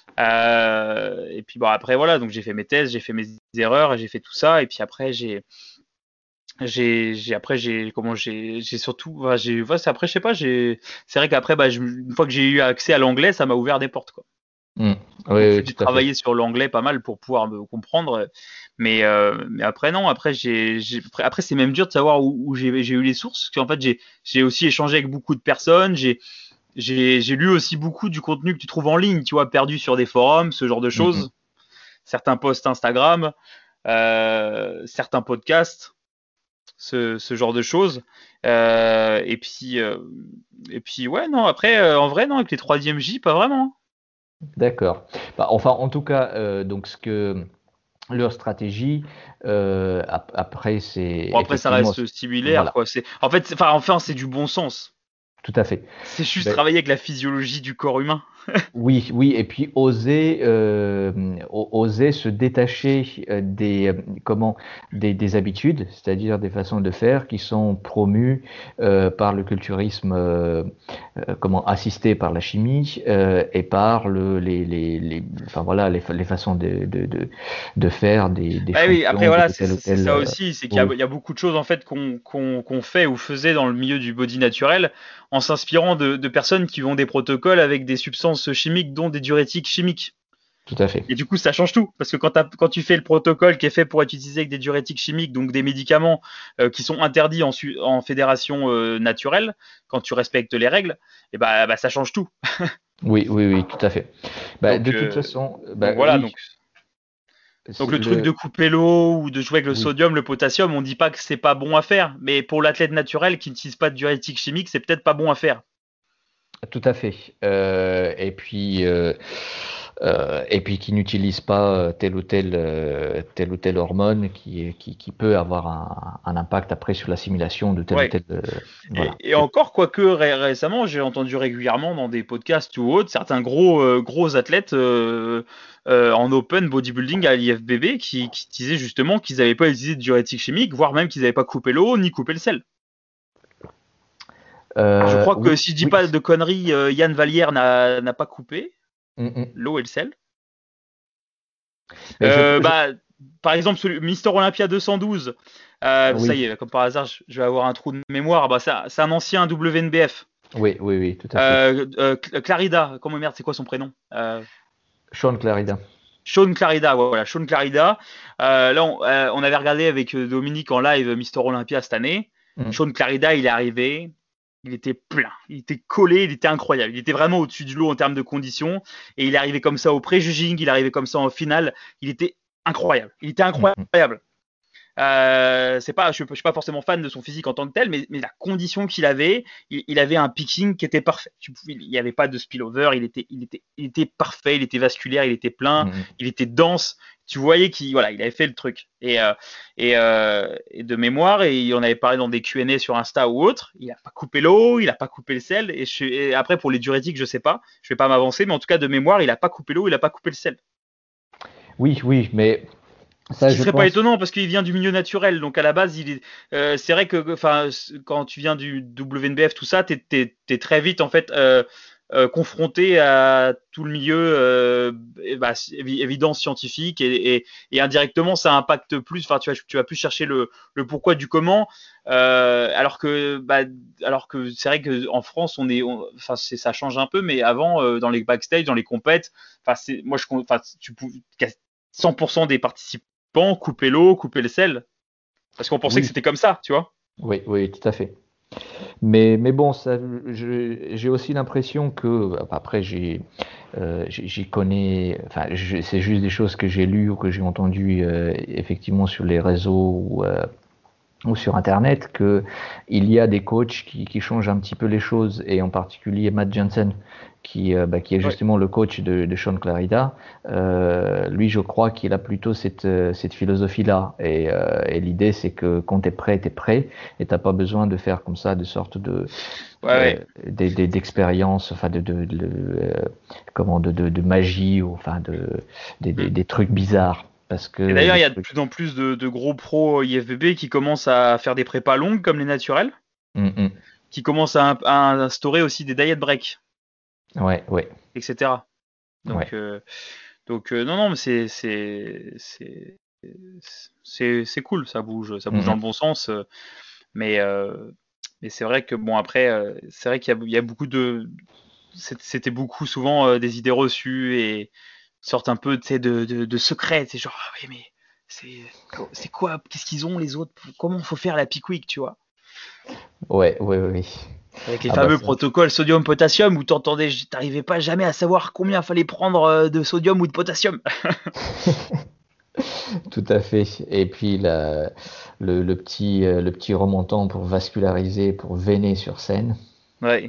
Euh, et puis bon, après, voilà, donc j'ai fait mes tests, j'ai fait mes erreurs, j'ai fait tout ça. Et puis après, j'ai. J'ai, j'ai après j'ai comment j'ai j'ai surtout enfin, j'ai ouais, c'est après je sais pas j'ai c'est vrai qu'après bah je, une fois que j'ai eu accès à l'anglais ça m'a ouvert des portes quoi. Mmh. Oui, j'ai travaillé sur l'anglais pas mal pour pouvoir me comprendre mais euh, mais après non après j'ai, j'ai après c'est même dur de savoir où, où j'ai j'ai eu les sources parce qu'en fait j'ai j'ai aussi échangé avec beaucoup de personnes j'ai j'ai j'ai lu aussi beaucoup du contenu que tu trouves en ligne tu vois perdu sur des forums ce genre de choses mmh. certains posts Instagram euh, certains podcasts Ce, ce genre de choses euh, et puis euh, et puis ouais non après euh, en vrai non avec les trois D M J pas vraiment. D'accord. Bah, enfin en tout cas euh, donc ce que leur stratégie euh, après c'est bon, après ça reste similaire voilà. quoi c'est en fait enfin enfin c'est du bon sens. Tout à fait. C'est juste ben, travailler avec la physiologie du corps humain. oui, oui, et puis oser, euh, oser se détacher des, comment, des, des habitudes, c'est-à-dire des façons de faire qui sont promues euh, par le culturisme, euh, comment, assisté par la chimie euh, et par le, les, les, les, enfin voilà, les, les façons de, de, de, de faire des. des ah oui, après voilà, c'est, c'est ça aussi, c'est qu'il y a, il y a beaucoup de choses en fait qu'on, qu'on, qu'on fait ou faisait dans le milieu du body naturel en s'inspirant de, de personnes qui ont des protocoles avec des substances chimiques, dont des diurétiques chimiques. Tout à fait. Et du coup, ça change tout. Parce que quand, quand tu fais le protocole qui est fait pour être utilisé avec des diurétiques chimiques, donc des médicaments euh, qui sont interdits en, en fédération euh, naturelle, quand tu respectes les règles, et bah, bah ça change tout. oui, oui, oui, tout à fait. Bah, donc, de euh, toute façon, bah, donc voilà. Oui. Donc, donc le, le truc de couper l'eau ou de jouer avec le oui. sodium, le potassium, on dit pas que c'est pas bon à faire, mais pour l'athlète naturel qui n'utilise pas de diurétiques chimiques, c'est peut-être pas bon à faire. Tout à fait. Euh, et puis, euh, euh, et puis qui n'utilise pas euh, telle ou telle, euh, telle ou telle hormone qui, qui, qui peut avoir un, un impact après sur l'assimilation de telle ou Ouais. telle. euh, voilà. Et, et encore, quoique ré- récemment, j'ai entendu régulièrement dans des podcasts ou autres certains gros euh, gros athlètes euh, euh, en open bodybuilding à l'I F B B qui, qui disaient justement qu'ils n'avaient pas utilisé de diurétique chimique, voire même qu'ils n'avaient pas coupé l'eau ni coupé le sel. Je Euh, crois que oui, si je dis oui. pas de conneries, euh, Yann Vallière n'a n'a pas coupé Mm, mm. l'eau et le sel. Mais je, Euh, je- bah, par exemple, celui, Mister Olympia deux cent douze, euh, ça y oui, est, comme par hasard, je, je vais avoir un trou de mémoire. Bah, c'est un c'est un ancien W N B F. oui, oui, oui, tout à fait. Euh, euh, Clarida, comment merde, c'est quoi son prénom? euh, Sean Clarida. Sean Clarida, voilà, Sean Clarida. Euh, là, on, euh, on avait regardé avec euh, Dominique en live Mister Olympia cette année. Mm, Sean Clarida, il est arrivé, il était plein, il était collé, il était incroyable. Il était vraiment au-dessus du lot en termes de conditions. Et il est arrivé comme ça au pré-judging, il est arrivé comme ça en finale. Il était incroyable. Il était mm, mm. incroyable. Euh, c'est pas, je, suis- je suis pas forcément fan de son physique en tant que tel, mais, mais la condition qu'il avait, il, il avait un picking qui était parfait. Tu pouvais- il n'y avait pas de spillover, il était, il était, il était parfait, il était vasculaire, il était plein, Mm, il était dense. Tu voyais qu'il, voilà, il avait fait le truc. Et, euh, et, euh, et de mémoire, et on avait parlé dans des Q and A sur Insta ou autre, il a pas coupé l'eau, il a pas coupé le sel. Et, je, et après pour les diurétiques, je sais pas, je vais pas m'avancer, mais en tout cas de mémoire, il a pas coupé l'eau, il a pas coupé le sel. Oui, oui, mais Ce ça, qui je serait pas pense. étonnant parce qu'il vient du milieu naturel, donc à la base, il est. Euh, c'est vrai que, enfin, quand tu viens du W N B F, tout ça, t'es, t'es, t'es très vite en fait euh, euh, confronté à tout le milieu euh, bah, évidence scientifique et, et, et indirectement, ça impacte plus. Enfin, tu vas, tu vas plus chercher le, le pourquoi du comment, euh, alors que, bah, alors que c'est vrai que en France, on est, enfin, c'est, ça change un peu, mais avant, euh, dans les backstage, dans les compètes, enfin, c'est, moi, je, enfin, tu pouvais cent pour cent des participants couper l'eau, couper le sel. Parce qu'on pensait que Oui, c'était comme ça, tu vois. oui, oui, tout à fait. Mais, mais bon, ça, je- j'ai aussi l'impression que, après, j'ai, euh, j'y j'y connais, enfin, je- c'est juste des choses que j'ai lues ou que j'ai entendues euh, effectivement sur les réseaux ou, euh, ou sur Internet, que il y a des coachs qui, qui changent un petit peu les choses, et en particulier Matt Jensen, qui, euh, bah, qui est Ouais. justement le coach de, de Sean Clarida. Euh, lui, je crois qu'il a plutôt cette, euh, cette philosophie-là. Et, euh, et l'idée, c'est que quand tu es prêt, tu es prêt, et t'as pas besoin de faire comme ça, de sorte de, Ouais, euh, ouais. des- des- d'expérience, enfin de, de, de, euh, comment, de, de, de magie, ou enfin de, des, des, Mm. des trucs bizarres. Parce que Et d'ailleurs, les il y a de trucs. plus en plus de, de gros pros I F B B qui commencent à faire des prépas longues comme les naturels, Hum, hum. qui commencent à, à instaurer aussi des diet breaks, Ouais, ouais, et cetera. ouais. Donc, euh, donc euh, non, non, mais c'est, c'est, c'est, c'est, c'est cool, ça bouge, ça bouge Hum, dans hum. le bon sens. euh, Mais, euh, mais c'est vrai que bon après, euh, c'est vrai qu'il y a, il y a beaucoup de, c'est- c'était beaucoup souvent euh, des idées reçues et une sorte un peu, tu sais, de, de, de secret. C'est genre, ah oui, mais c'est, c'est quoi, qu'est-ce qu'ils ont les autres? Comment faut faire la pickwick, tu vois? Ouais, ouais, ouais, ouais. Avec les Ah bah fameux ça, protocoles sodium-potassium où t'entendais, t'arrivais pas jamais à savoir combien fallait prendre euh, de sodium ou de potassium. tout à fait. Et puis la, le, le petit, euh, le petit remontant pour vasculariser, pour veiner sur scène. Ouais.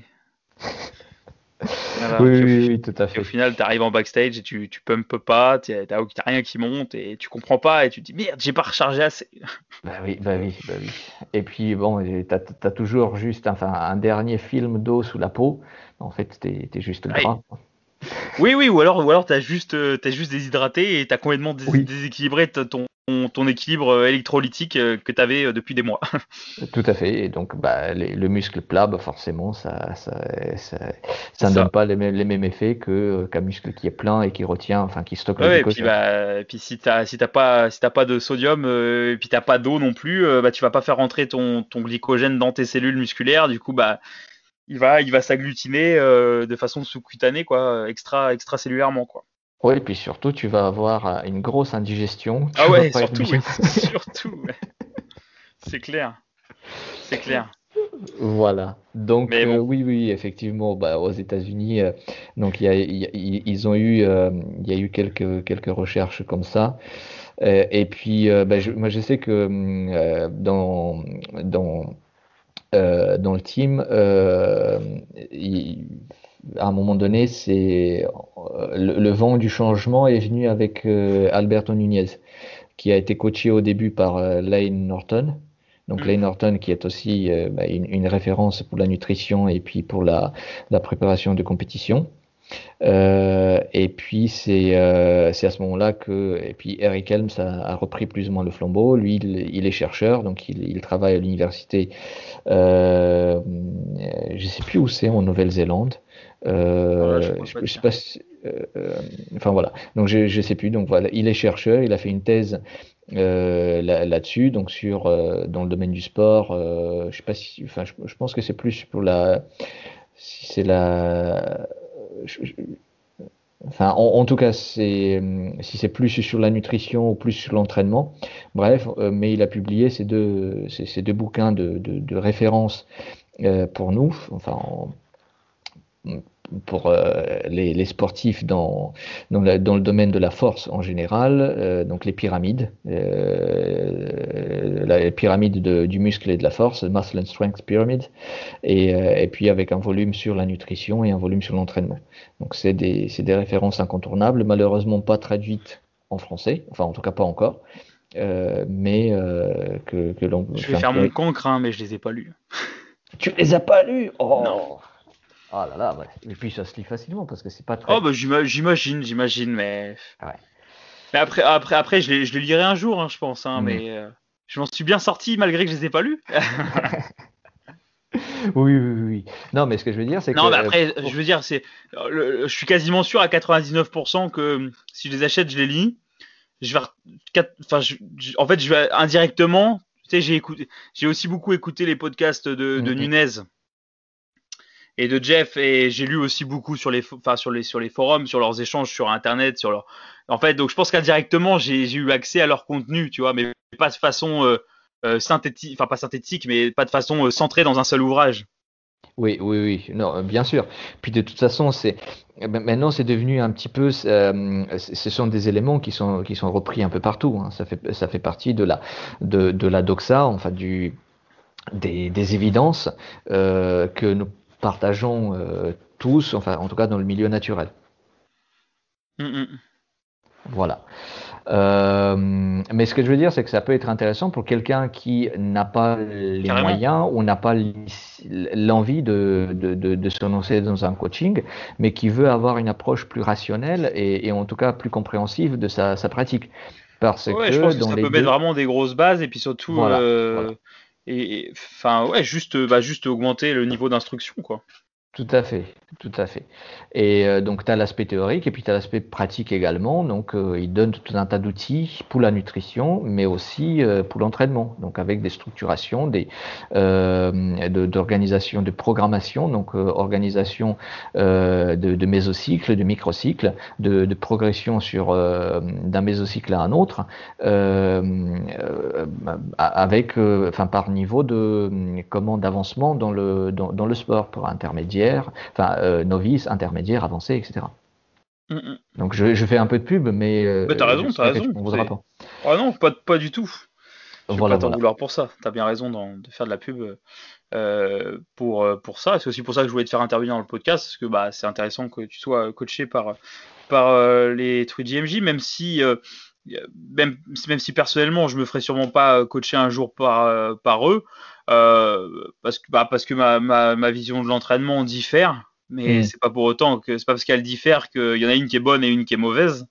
Voilà. Oui, Puis au, oui, fi- oui, tout à puis au fait. final, t'arrives en backstage et tu, tu pumpes pas, t'as t'as t'as rien qui monte et tu comprends pas et tu te dis merde, j'ai pas rechargé assez. Bah oui, bah oui, bah oui. Et puis bon, et t'as, t'as toujours juste, enfin, un dernier film d'eau sous la peau. En fait, t'es, t'es juste Ouais. gras. Oui, oui, ou alors, ou alors t'as juste, euh, t'as juste déshydraté et t'as complètement dés- Oui, déséquilibré t- ton, ton, ton équilibre euh, électrolytique euh, que t'avais euh, depuis des mois. tout à fait. Et donc, bah, les- le muscle plat, bah, forcément, ça, ça, ça, C'est ça ne donne ça. pas les mêmes, les mêmes effets que, qu'un muscle qui est plein et qui retient, enfin, qui stocke Ouais, le ouais, et puis glycogène. bah, et puis si t'as, si t'as pas, si t'as pas de sodium, euh, et puis t'as pas d'eau non plus, euh, bah tu vas pas faire rentrer ton, ton glycogène dans tes cellules musculaires. Du coup, bah, il va, il va s'agglutiner euh, de façon sous-cutanée, quoi, extra, extracellulairement, quoi. Oui, et puis surtout, tu vas avoir euh, une grosse indigestion. Ah Tu vas ouais, pas être surtout, bien. ouais. Surtout, ouais. C'est clair, c'est clair. Voilà. Donc Mais euh, bon, oui, oui, effectivement, bah, aux États-Unis, euh, donc il y a, il y a- ils ont eu, euh, il y a eu quelques quelques recherches comme ça. Euh, et puis, euh, bah, je, moi, je sais que hum, euh, dans dans euh, dans le team, euh, il- à un moment donné, c'est euh, le, le vent du changement est venu avec euh, Alberto Nunez, qui a été coaché au début par euh, Lane Norton. Donc Mm. Lane Norton, qui est aussi euh, bah, une, une référence pour la nutrition et puis pour la, la préparation de compétition. Euh, et puis c'est euh, c'est à ce moment-là que et puis Eric Helms a, a repris plus ou moins le flambeau. Lui, il, il est chercheur, donc il, il travaille à l'université. Euh, je sais plus où c'est en Nouvelle-Zélande. Alors là, je Euh, pourrais je, pas te je sais dire. pas. Si- euh, euh, enfin voilà. Donc je je sais plus. Donc voilà, il est chercheur. Il a fait une thèse euh, là, là-dessus, donc sur euh, dans le domaine du sport. Euh, je sais pas si. Enfin, je, je pense que c'est plus pour la. Si c'est la. je- je- Enfin, en, en tout cas, c'est, hum, si c'est plus sur la nutrition ou plus sur l'entraînement. Bref, euh, mais il a publié ces deux, ces, ces deux bouquins de, de, de référence euh, pour nous, enfin, en- pour euh, les, les sportifs dans, dans, la- dans le domaine de la force en général, euh, donc les pyramides, euh, la pyramide de- du muscle et de la force, Muscle and Strength Pyramid, et, euh, et puis avec un volume sur la nutrition et un volume sur l'entraînement. Donc c'est des, c'est des références incontournables, malheureusement pas traduites en français, enfin en tout cas pas encore, euh, mais euh, que, que l'on, Je vais enfin, faire qui ont- mon cancre, hein, mais je les ai pas lus. Tu les as pas lus? Non. Oh! Ah là là, ouais. Et puis ça se lit facilement parce que c'est pas Oh très. bah j'ima- j'imagine, j'imagine, mais, Ah ouais. mais après, après, après, je les, je les lirai un jour, hein, je pense, hein, Hmm. mais euh, je m'en suis bien sorti malgré que je les ai pas lus. Oui, oui, oui, oui. Non, mais ce que je veux dire, c'est que Non, mais euh, après, je pour- veux dire, c'est, euh, le- je suis quasiment sûr à quatre-vingt-dix-neuf pour cent que euh, si je les achète, je les lis. Je vais, re- quatre- enfin, je- je- en fait, je vais indirectement. Tu sais, j'ai écouté, j'ai aussi beaucoup écouté les podcasts de, Hmm, de hmm. Nunez et de Jeff, et j'ai lu aussi beaucoup sur les, fo- enfin, sur les, sur les forums, sur leurs échanges sur Internet, sur leur. En fait, donc je pense qu'indirectement, j'ai, j'ai eu accès à leur contenu, tu vois, mais pas de façon euh, euh, synthétique, enfin pas synthétique, mais pas de façon euh, centrée dans un seul ouvrage. Oui, oui, oui, non, euh, bien sûr. Puis de toute façon, c'est euh, ben, maintenant c'est devenu un petit peu, euh, c- ce sont des éléments qui sont qui sont repris un peu partout, hein. Ça fait ça fait partie de la de, de la doxa, enfin du des, des évidences euh, que nous partageons euh, tous, enfin en tout cas dans le milieu naturel. Hum, hum. Voilà. Euh, mais ce que je veux dire, c'est que ça peut être intéressant pour quelqu'un qui n'a pas les Carrément. moyens ou n'a pas l'envie de, de, de, de se lancer dans un coaching, mais qui veut avoir une approche plus rationnelle et, et en tout cas plus compréhensive de sa, sa pratique. Parce Ouais, je que pense que dans ça les peut mettre deux, vraiment des grosses bases et puis surtout, voilà, voilà. euh, et, et- enfin, ouais, juste, bah, juste augmenter le niveau d'instruction, quoi. Tout à fait, tout à fait. Et euh, donc, tu as l'aspect théorique et puis tu as l'aspect pratique également. Donc, euh, il donne tout un tas d'outils pour la nutrition, mais aussi euh, pour l'entraînement. Donc, avec des structurations, des euh, de- d'organisation, de, programmation, donc euh, organisation euh, de, de mésocycles, de microcycles, de, de progression sur euh, d'un mésocycle à un autre, euh, euh, avec, euh, enfin, par niveau de comment d'avancement dans le dans, dans le sport pour intermédiaire enfin euh, novice, intermédiaire, avancé, et cetera. Hum, hum. Donc je, je fais un peu de pub, mais Mais t'as euh, raison, t'as j'espère que tu raison. m'en voudras C'est, pas. ah non, pas, pas du tout. Je vais Voilà, pas t'en voilà. vouloir pour ça. T'as bien raison d'en- de faire de la pub euh, pour euh, pour ça. C'est aussi pour ça que je voulais te faire intervenir dans le podcast, parce que bah c'est intéressant que tu sois coaché par par euh, les trois G M J, même si euh, même même si personnellement je me ferais sûrement pas coacher un jour par euh, par eux, euh, parce que bah parce que ma ma ma vision de l'entraînement diffère. Mais Hmm, c'est pas pour autant que c'est pas parce qu'elle diffère qu'il y en a une qui est bonne et une qui est mauvaise.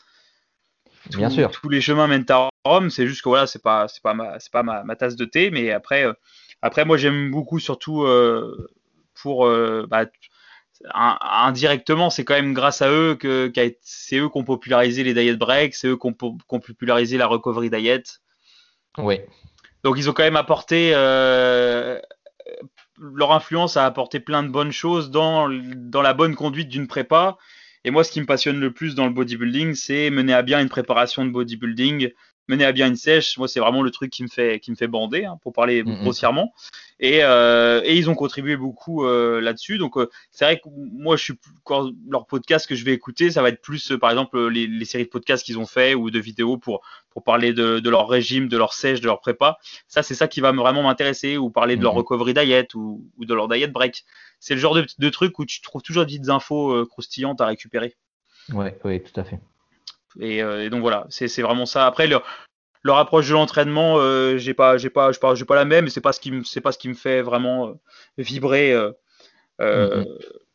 bien Tous sûr. tous les chemins mènent à Rome. C'est juste que voilà, c'est pas c'est pas ma c'est pas ma, ma tasse de thé. Mais après euh, après moi j'aime beaucoup surtout euh, pour euh, bah, un- indirectement, c'est quand même grâce à eux que qu'a été- c'est eux qui ont popularisé les diet breaks, c'est eux qui ont, po- qui ont popularisé la recovery diet. Oui, Donc ils ont quand même apporté euh, leur influence a apporté plein de bonnes choses dans dans la bonne conduite d'une prépa. Et moi, ce qui me passionne le plus dans le bodybuilding, c'est mener à bien une préparation de bodybuilding, mener à bien une sèche. Moi, c'est vraiment le truc qui me fait qui me fait bander, hein, pour parler hmm, hmm. grossièrement. Et, euh, et ils ont contribué beaucoup euh, là-dessus. Donc euh, c'est vrai que moi, je suis quand leur podcast que je vais écouter, ça va être plus, euh, par exemple, les, les séries de podcasts qu'ils ont fait ou de vidéos pour pour parler de, de leur régime, de leur sèche, de leur prépa. Ça, c'est ça qui va vraiment m'intéresser, ou parler de leur Mhm. recovery diet ou, ou de leur diet break. C'est le genre de, de truc où tu trouves toujours des petites infos euh, croustillantes à récupérer. Ouais, ouais, tout à fait. Et, euh, et donc voilà, c'est c'est vraiment ça. Après, leur, leur approche de l'entraînement, euh, j'ai pas, j'ai pas, j'ai pas, j'ai pas la même. Et c'est pas ce qui me, c'est pas ce qui me fait vraiment euh, vibrer. Euh, euh, Mhm.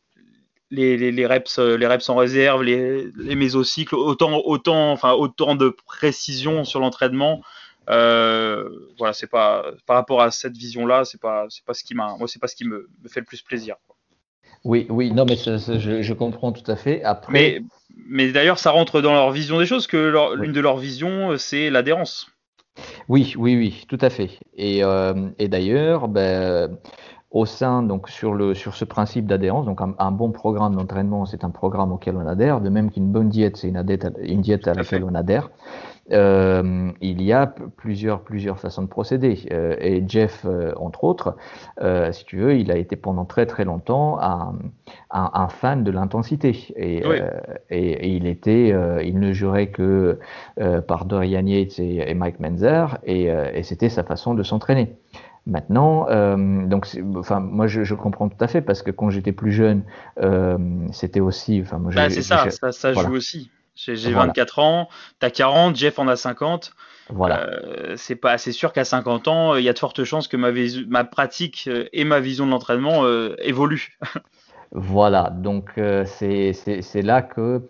les, les, les reps, euh, les reps en réserve, les, les mésocycles, autant, autant, enfin, autant de précision sur l'entraînement. Euh, voilà, c'est pas par rapport à cette vision-là, c'est pas, c'est pas ce qui m'a, moi, c'est pas ce qui me, me fait le plus plaisir, quoi. Oui, oui, non, mais ça- ça, je, je comprends tout à fait. Mais, Après, mais d'ailleurs, ça rentre dans leur vision des choses, que leur- oui, l'une de leurs visions, euh, c'est l'adhérence. oui, oui, oui, tout à fait. Et, euh, et d'ailleurs, ben, au sein, donc sur le, sur ce principe d'adhérence, donc un, un bon programme d'entraînement, c'est un programme auquel on adhère, de même qu'une bonne diète, c'est une, diète à- une diète à Tout à laquelle fait. on adhère. Euh, il y a p- plusieurs, plusieurs façons de procéder. Euh, et Jeff, euh, entre autres, euh, si tu veux, il a été pendant très très longtemps un, un, un fan de l'intensité. Et, Oui. euh, et, et il était, euh, il ne jurait que euh, par Dorian Yates et, et Mike Menzer, et, euh, et c'était sa façon de s'entraîner. Maintenant, euh, donc, c'est- enfin, moi je, je comprends tout à fait parce que quand j'étais plus jeune, euh, c'était aussi, enfin, moi Bah, j'ai, c'est j'ai- ça, ça, ça joue voilà, aussi. J'ai j'ai voilà, vingt-quatre ans, t'as quarante, Jeff en a cinquante. voilà. Euh, c'est pas, c'est sûr qu'à cinquante ans, il y a de fortes chances que ma, visu- ma pratique euh, et ma vision de l'entraînement euh, évoluent. Voilà, donc euh, c'est c'est- c'est là que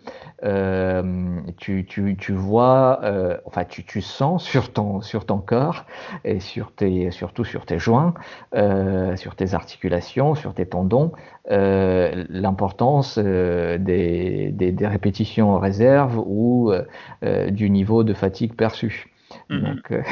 euh, tu, tu, tu vois, euh, enfin tu, tu sens sur ton, sur ton corps et sur tes, surtout sur tes joints, euh, sur tes articulations, sur tes tendons, euh, l'importance euh, des, des, des répétitions en réserve ou euh, euh, du niveau de fatigue perçu. Mm, mm. Donc, euh,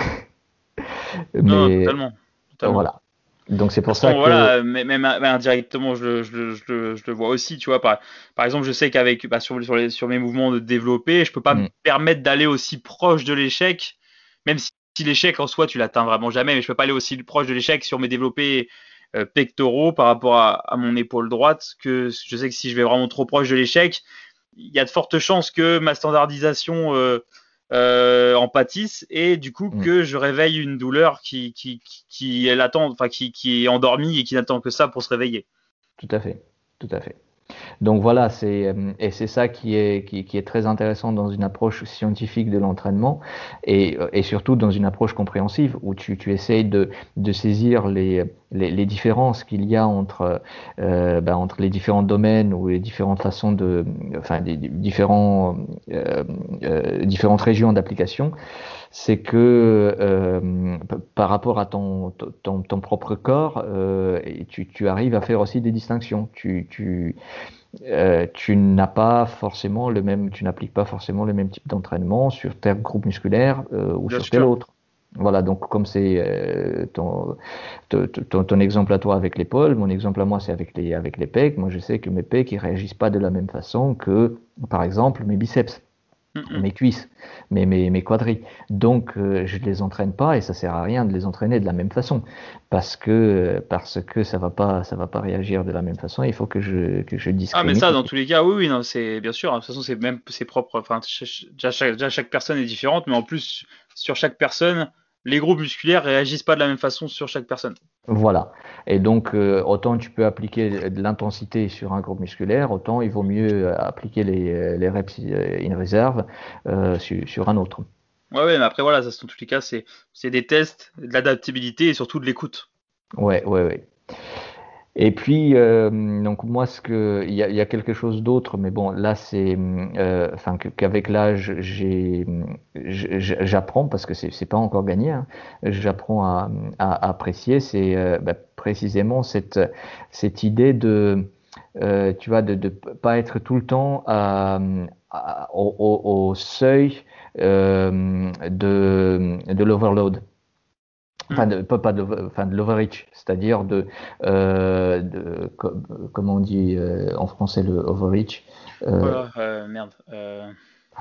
Non, non, mais totalement, totalement. voilà. Donc c'est De pour toute ça façon, que... voilà, mais même euh, indirectement, je le, je le, je le, je le vois aussi, tu vois. Par, par exemple, je sais qu'avec bah, sur, sur, les, sur mes mouvements de développé, je peux pas me Hmm, permettre d'aller aussi proche de l'échec, même si, si l'échec en soi, tu l'atteins vraiment jamais, mais je peux pas aller aussi proche de l'échec sur mes développés euh, pectoraux par rapport à, à mon épaule droite, que je sais que si je vais vraiment trop proche de l'échec, il y a de fortes chances que ma standardisation euh, euh, en pâtisse et du coup hmm, que je réveille une douleur qui, qui, qui, qui est latente, enfin qui, qui est endormie et qui n'attend que ça pour se réveiller. tout à fait, tout à fait. Donc voilà, c'est euh, et c'est ça qui est qui, qui est très intéressant dans une approche scientifique de l'entraînement et, euh, et surtout dans une approche compréhensive où tu, tu essayes de, de saisir les, les, les différences qu'il y a entre euh, ben, entre les différents domaines ou les différentes façons de enfin des, des différents euh, euh, différentes régions d'application. C'est que euh, par rapport à ton, ton, ton propre corps, euh, tu, tu arrives à faire aussi des distinctions. Tu, tu, euh, tu n'as pas forcément le même, tu n'appliques pas forcément le même type d'entraînement sur tel groupe musculaire euh, ou Bien sur tel sûr. autre. Voilà, donc comme c'est euh, ton, ton, ton, ton exemple à toi avec l'épaule, mon exemple à moi c'est avec les, avec les pecs. Moi je sais que mes pecs ils réagissent pas de la même façon que par exemple mes biceps, Mm -mm. mes cuisses, mes, mes, mes quadris. Donc euh, je ne les entraîne pas et ça sert à rien de les entraîner de la même façon parce que parce que ça va pas ça va pas réagir de la même façon. Il faut que je que je Ah mais discrimine. ça dans tous les cas oui oui non c'est bien sûr hein. De toute façon c'est même c'est propre enfin ch- déjà chaque, déjà chaque personne est différente mais en plus sur chaque personne les groupes musculaires réagissent pas de la même façon sur chaque personne. Voilà. Et donc, euh, autant tu peux appliquer de l'intensité sur un groupe musculaire, autant il vaut mieux euh, appliquer les, les reps euh, in reserve euh, sur, sur un autre. Ouais ouais mais après voilà ça dans tous les cas c'est c'est des tests de l'adaptabilité et surtout de l'écoute. Ouais, ouais, ouais. Et puis, euh, donc moi, ce que il y a, il y a quelque chose d'autre, mais bon, là, c'est, euh, enfin, que- qu'avec l'âge, j'ai, j'- j'apprends parce que c'est c'est pas encore gagné. Hein, j'apprends à, à- à apprécier. C'est euh, bah, précisément cette cette idée de, euh, tu vois, de de pas être tout le temps à- à- au, au- au seuil euh, de de l'overload. Mm. Enfin, de, pas, pas de, enfin, de l'overreach, c'est-à-dire de, euh, de com- comment on dit euh, en français le overreach, euh, Voilà euh, merde euh,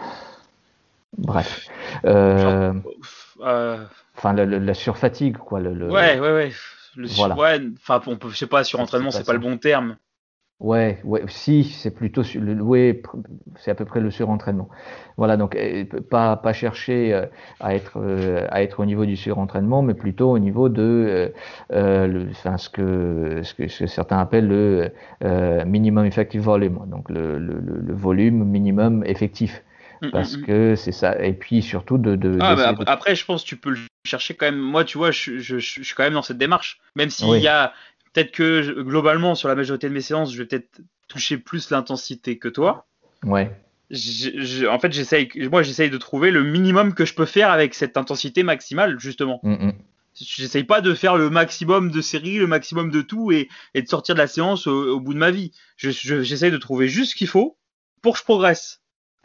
bref, genre euh, euh, enfin la, la- la surfatigue quoi, le, le- ouais ouais ouais Le Voilà. Ouais, enfin, on peut, je sais pas, surentraînement, c'est pas le bon terme. Ouais, ouais, si, c'est plutôt sur le, ouais, c'est à peu près le surentraînement. Voilà, donc pas pas chercher euh, à être euh, à être au niveau du surentraînement, mais plutôt au niveau de euh, euh, le, enfin ce que ce que, ce que certains appellent le euh, minimum effective volume, donc le, le, le volume minimum effectif, Hum, hum, parce hum. que c'est ça. Et puis surtout de, de Ah, mais d'essayer après, de. après, je pense que tu peux le chercher quand même. Moi, tu vois, je, je, je, je suis quand même dans cette démarche. Même s'il y Oui, a peut-être que je- globalement, sur la majorité de mes séances, je vais peut-être toucher plus l'intensité que toi. ouais. Je- je- en fait, j'essaye, moi, j'essaye de trouver le minimum que je peux faire avec cette intensité maximale, justement. Mm, mm. J'essaye pas de faire le maximum de séries, le maximum de tout et, et de sortir de la séance au, au bout de ma vie. Je, je- j'essaye de trouver juste ce qu'il faut pour que je progresse.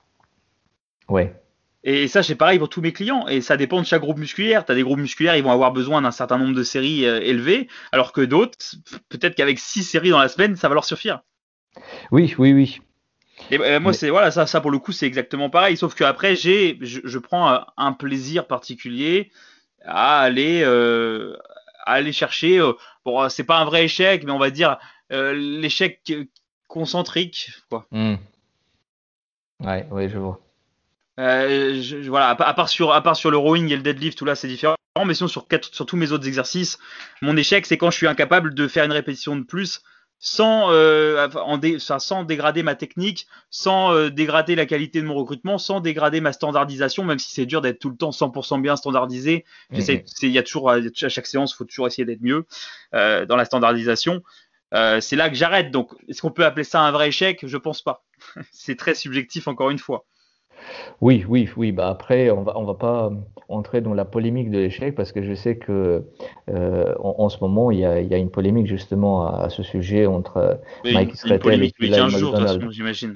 Ouais. Et ça, c'est pareil pour tous mes clients. Et ça dépend de chaque groupe musculaire. Tu as des groupes musculaires, ils vont avoir besoin d'un certain nombre de séries euh, élevées, alors que d'autres, peut-être qu'avec six séries dans la semaine, ça va leur suffire. Oui, oui, oui. Et euh, moi, Mais c'est voilà, ça, ça pour le coup, c'est exactement pareil. Sauf que après, j'ai, je, je prends un, un plaisir particulier à aller, euh, à aller chercher. Euh, bon, c'est pas un vrai échec, mais on va dire euh, l'échec euh, concentrique, quoi. mm. Ouais, ouais, je vois. Euh, je, je- voilà, à, part- à part sur, à part sur le rowing et le deadlift, tout là, c'est différent. Mais sinon, sur, quatre, sur tous mes autres exercices, mon échec, c'est quand je suis incapable de faire une répétition de plus sans, euh, en dé, enfin, sans dégrader ma technique, sans euh, dégrader la qualité de mon recrutement, sans dégrader ma standardisation, même si c'est dur d'être tout le temps cent pour cent bien standardisé. Mm, J'essaie, mm. c'est, il y a toujours, à chaque séance, il faut toujours essayer d'être mieux euh, dans la standardisation. Euh, c'est là que j'arrête. Donc, est-ce qu'on peut appeler ça un vrai échec? Je pense pas. C'est très subjectif, encore une fois. Oui, oui, oui. Bah après, on va, on va pas euh, entrer dans la polémique de l'échec parce que je sais que euh, en, en ce moment, il y a, il y a une polémique justement à, à ce sujet entre euh, Mais Mike une, une Israetel et polémique tous puis les Lyle quinze jours, de toute McDonald. façon, j'imagine.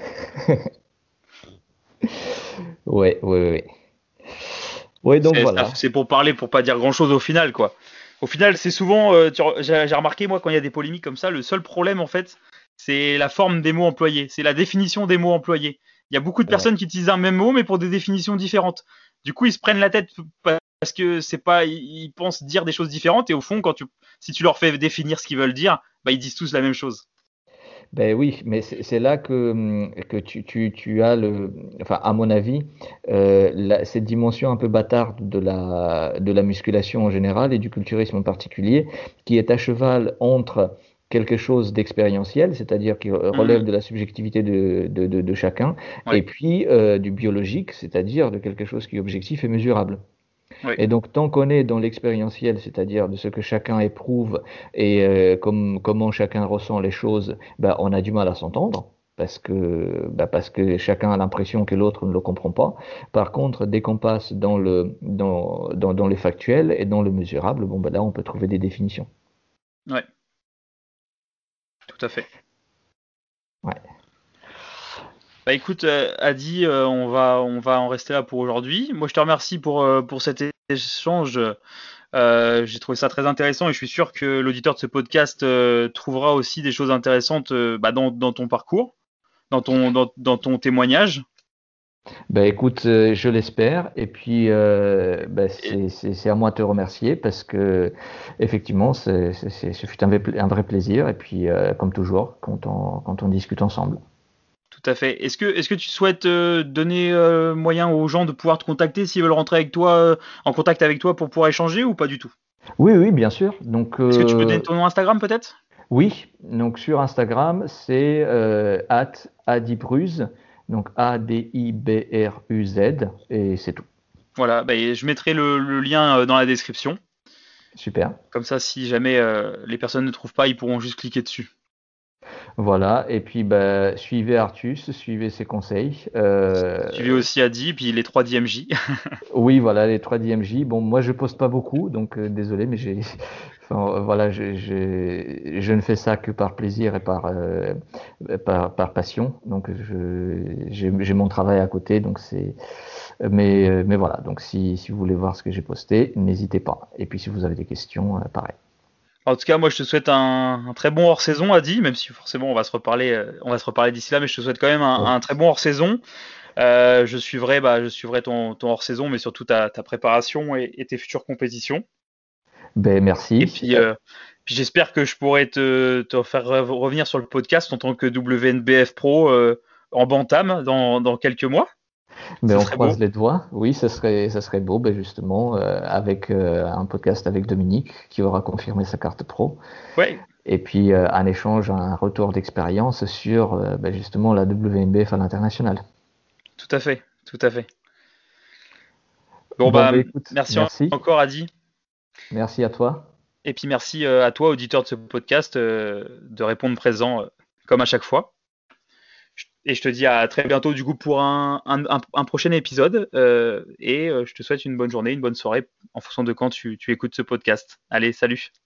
Ouais, ouais, ouais. Ouais, donc C'est, ça- voilà. c'est pour parler, pour pas dire grand-chose au final, quoi. Au final, c'est souvent, euh, tu re- j'ai j'ai remarqué, moi, quand il y a des polémiques comme ça, le seul problème, en fait, c'est la forme des mots employés, c'est la définition des mots employés. Il y a beaucoup de Ouais. personnes qui utilisent un même mot, mais pour des définitions différentes. Du coup, ils se prennent la tête parce que c'est pas, ils, ils pensent dire des choses différentes, et au fond, quand tu, si tu leur fais définir ce qu'ils veulent dire, bah, ils disent tous la même chose. Ben oui, mais c'est c'est là que, hum, que tu, tu, tu as le, enfin à mon avis, euh, la- cette dimension un peu bâtarde de la, de la musculation en général et du culturisme en particulier, qui est à cheval entre quelque chose d'expérientiel, c'est-à-dire qui relève Hum, de la subjectivité de, de, de, de chacun, et ouais, puis euh, du biologique, c'est-à-dire de quelque chose qui est objectif et mesurable. ouais, Et donc, tant qu'on est dans l'expérientiel, c'est-à-dire de ce que chacun éprouve et euh, comme- comment chacun ressent les choses, ben, on a du mal à s'entendre. Parce que, ben, parce que chacun a l'impression que l'autre ne le comprend pas. Par contre, dès qu'on passe dans le, dans, dans, dans les factuels et dans le mesurable, bon, ben là, on peut trouver des définitions. ouais, tout à fait. Ouais. Bah écoute, euh, Adi, euh, on va, on va en rester là pour aujourd'hui. Moi, je te remercie pour, euh, pour cet échange. Euh, j'ai trouvé ça très intéressant et je suis sûr que l'auditeur de ce podcast euh, trouvera aussi des choses intéressantes euh, bah, dans, dans ton parcours, dans ton, dans, dans ton témoignage. Ben, écoute, euh, je l'espère. Et puis, euh, ben, Et c'est c'est- c'est à moi de te remercier parce que, effectivement, c'est, c'est- c'est- ce fut un, vrai un vrai plaisir. Et puis, euh, comme toujours, quand on, quand on discute ensemble. tout à fait. Est-ce que, est-ce que tu souhaites euh, donner euh, moyen aux gens de pouvoir te contacter s'ils veulent rentrer avec toi, euh, en contact avec toi pour pouvoir échanger ou pas du tout? Oui, oui, bien sûr. Donc, Est-ce que tu peux donner euh, ton nom Instagram peut-être? oui, donc sur Instagram, c'est euh, at adibruz, donc A D I B R U Z, et c'est tout. Voilà, bah, je mettrai le, le lien euh, dans la description. Super. Comme ça, si jamais euh, les personnes ne trouvent pas, ils pourront juste cliquer dessus. Voilà, et puis bah, suivez Artus, suivez ses conseils. Suivez Euh, aussi Adi, puis les trois D M J. oui, voilà, les trois D M J. Bon, moi je poste pas beaucoup, donc euh, désolé, mais j'ai, enfin, euh, voilà, je, je, je ne fais ça que par plaisir et par, euh, par, par passion. Donc je, j'ai, j'ai mon travail à côté, donc c'est, mais, euh, mais voilà. Donc si, si vous voulez voir ce que j'ai posté, n'hésitez pas. Et puis si vous avez des questions, euh, pareil. En tout cas, moi, je te souhaite un, un très bon hors-saison, Adi, même si forcément on va se reparler, euh, on va se reparler d'ici là, mais je te souhaite quand même un, Oui. un très bon hors-saison. Euh, je suivrai, bah, je suivrai ton, ton hors-saison, mais surtout ta, ta préparation et, et tes futures compétitions. Ben, merci. Et puis, euh, puis j'espère que je pourrai te, te faire revenir sur le podcast en tant que W N B F Pro euh, en bantam dans, dans quelques mois. Mais Ce on serait croise beau. les doigts. Oui, ça serait, ça serait beau, ben justement, euh, avec euh, un podcast avec Dominique qui aura confirmé sa carte pro. Ouais, Et puis euh, un échange, un retour d'expérience sur euh, ben, justement la W N B F à l'international. tout à fait, tout à fait. Bon Bon, bah ben écoute, merci en- merci. encore Adi. Merci à toi. Et puis merci euh, à toi, auditeur de ce podcast, euh, de répondre présent euh, comme à chaque fois. Je- Et je te dis à très bientôt du coup pour un, un- un- un prochain épisode. euh, et euh, je te souhaite une bonne journée, une bonne soirée en fonction de quand tu, tu écoutes ce podcast. Allez, salut!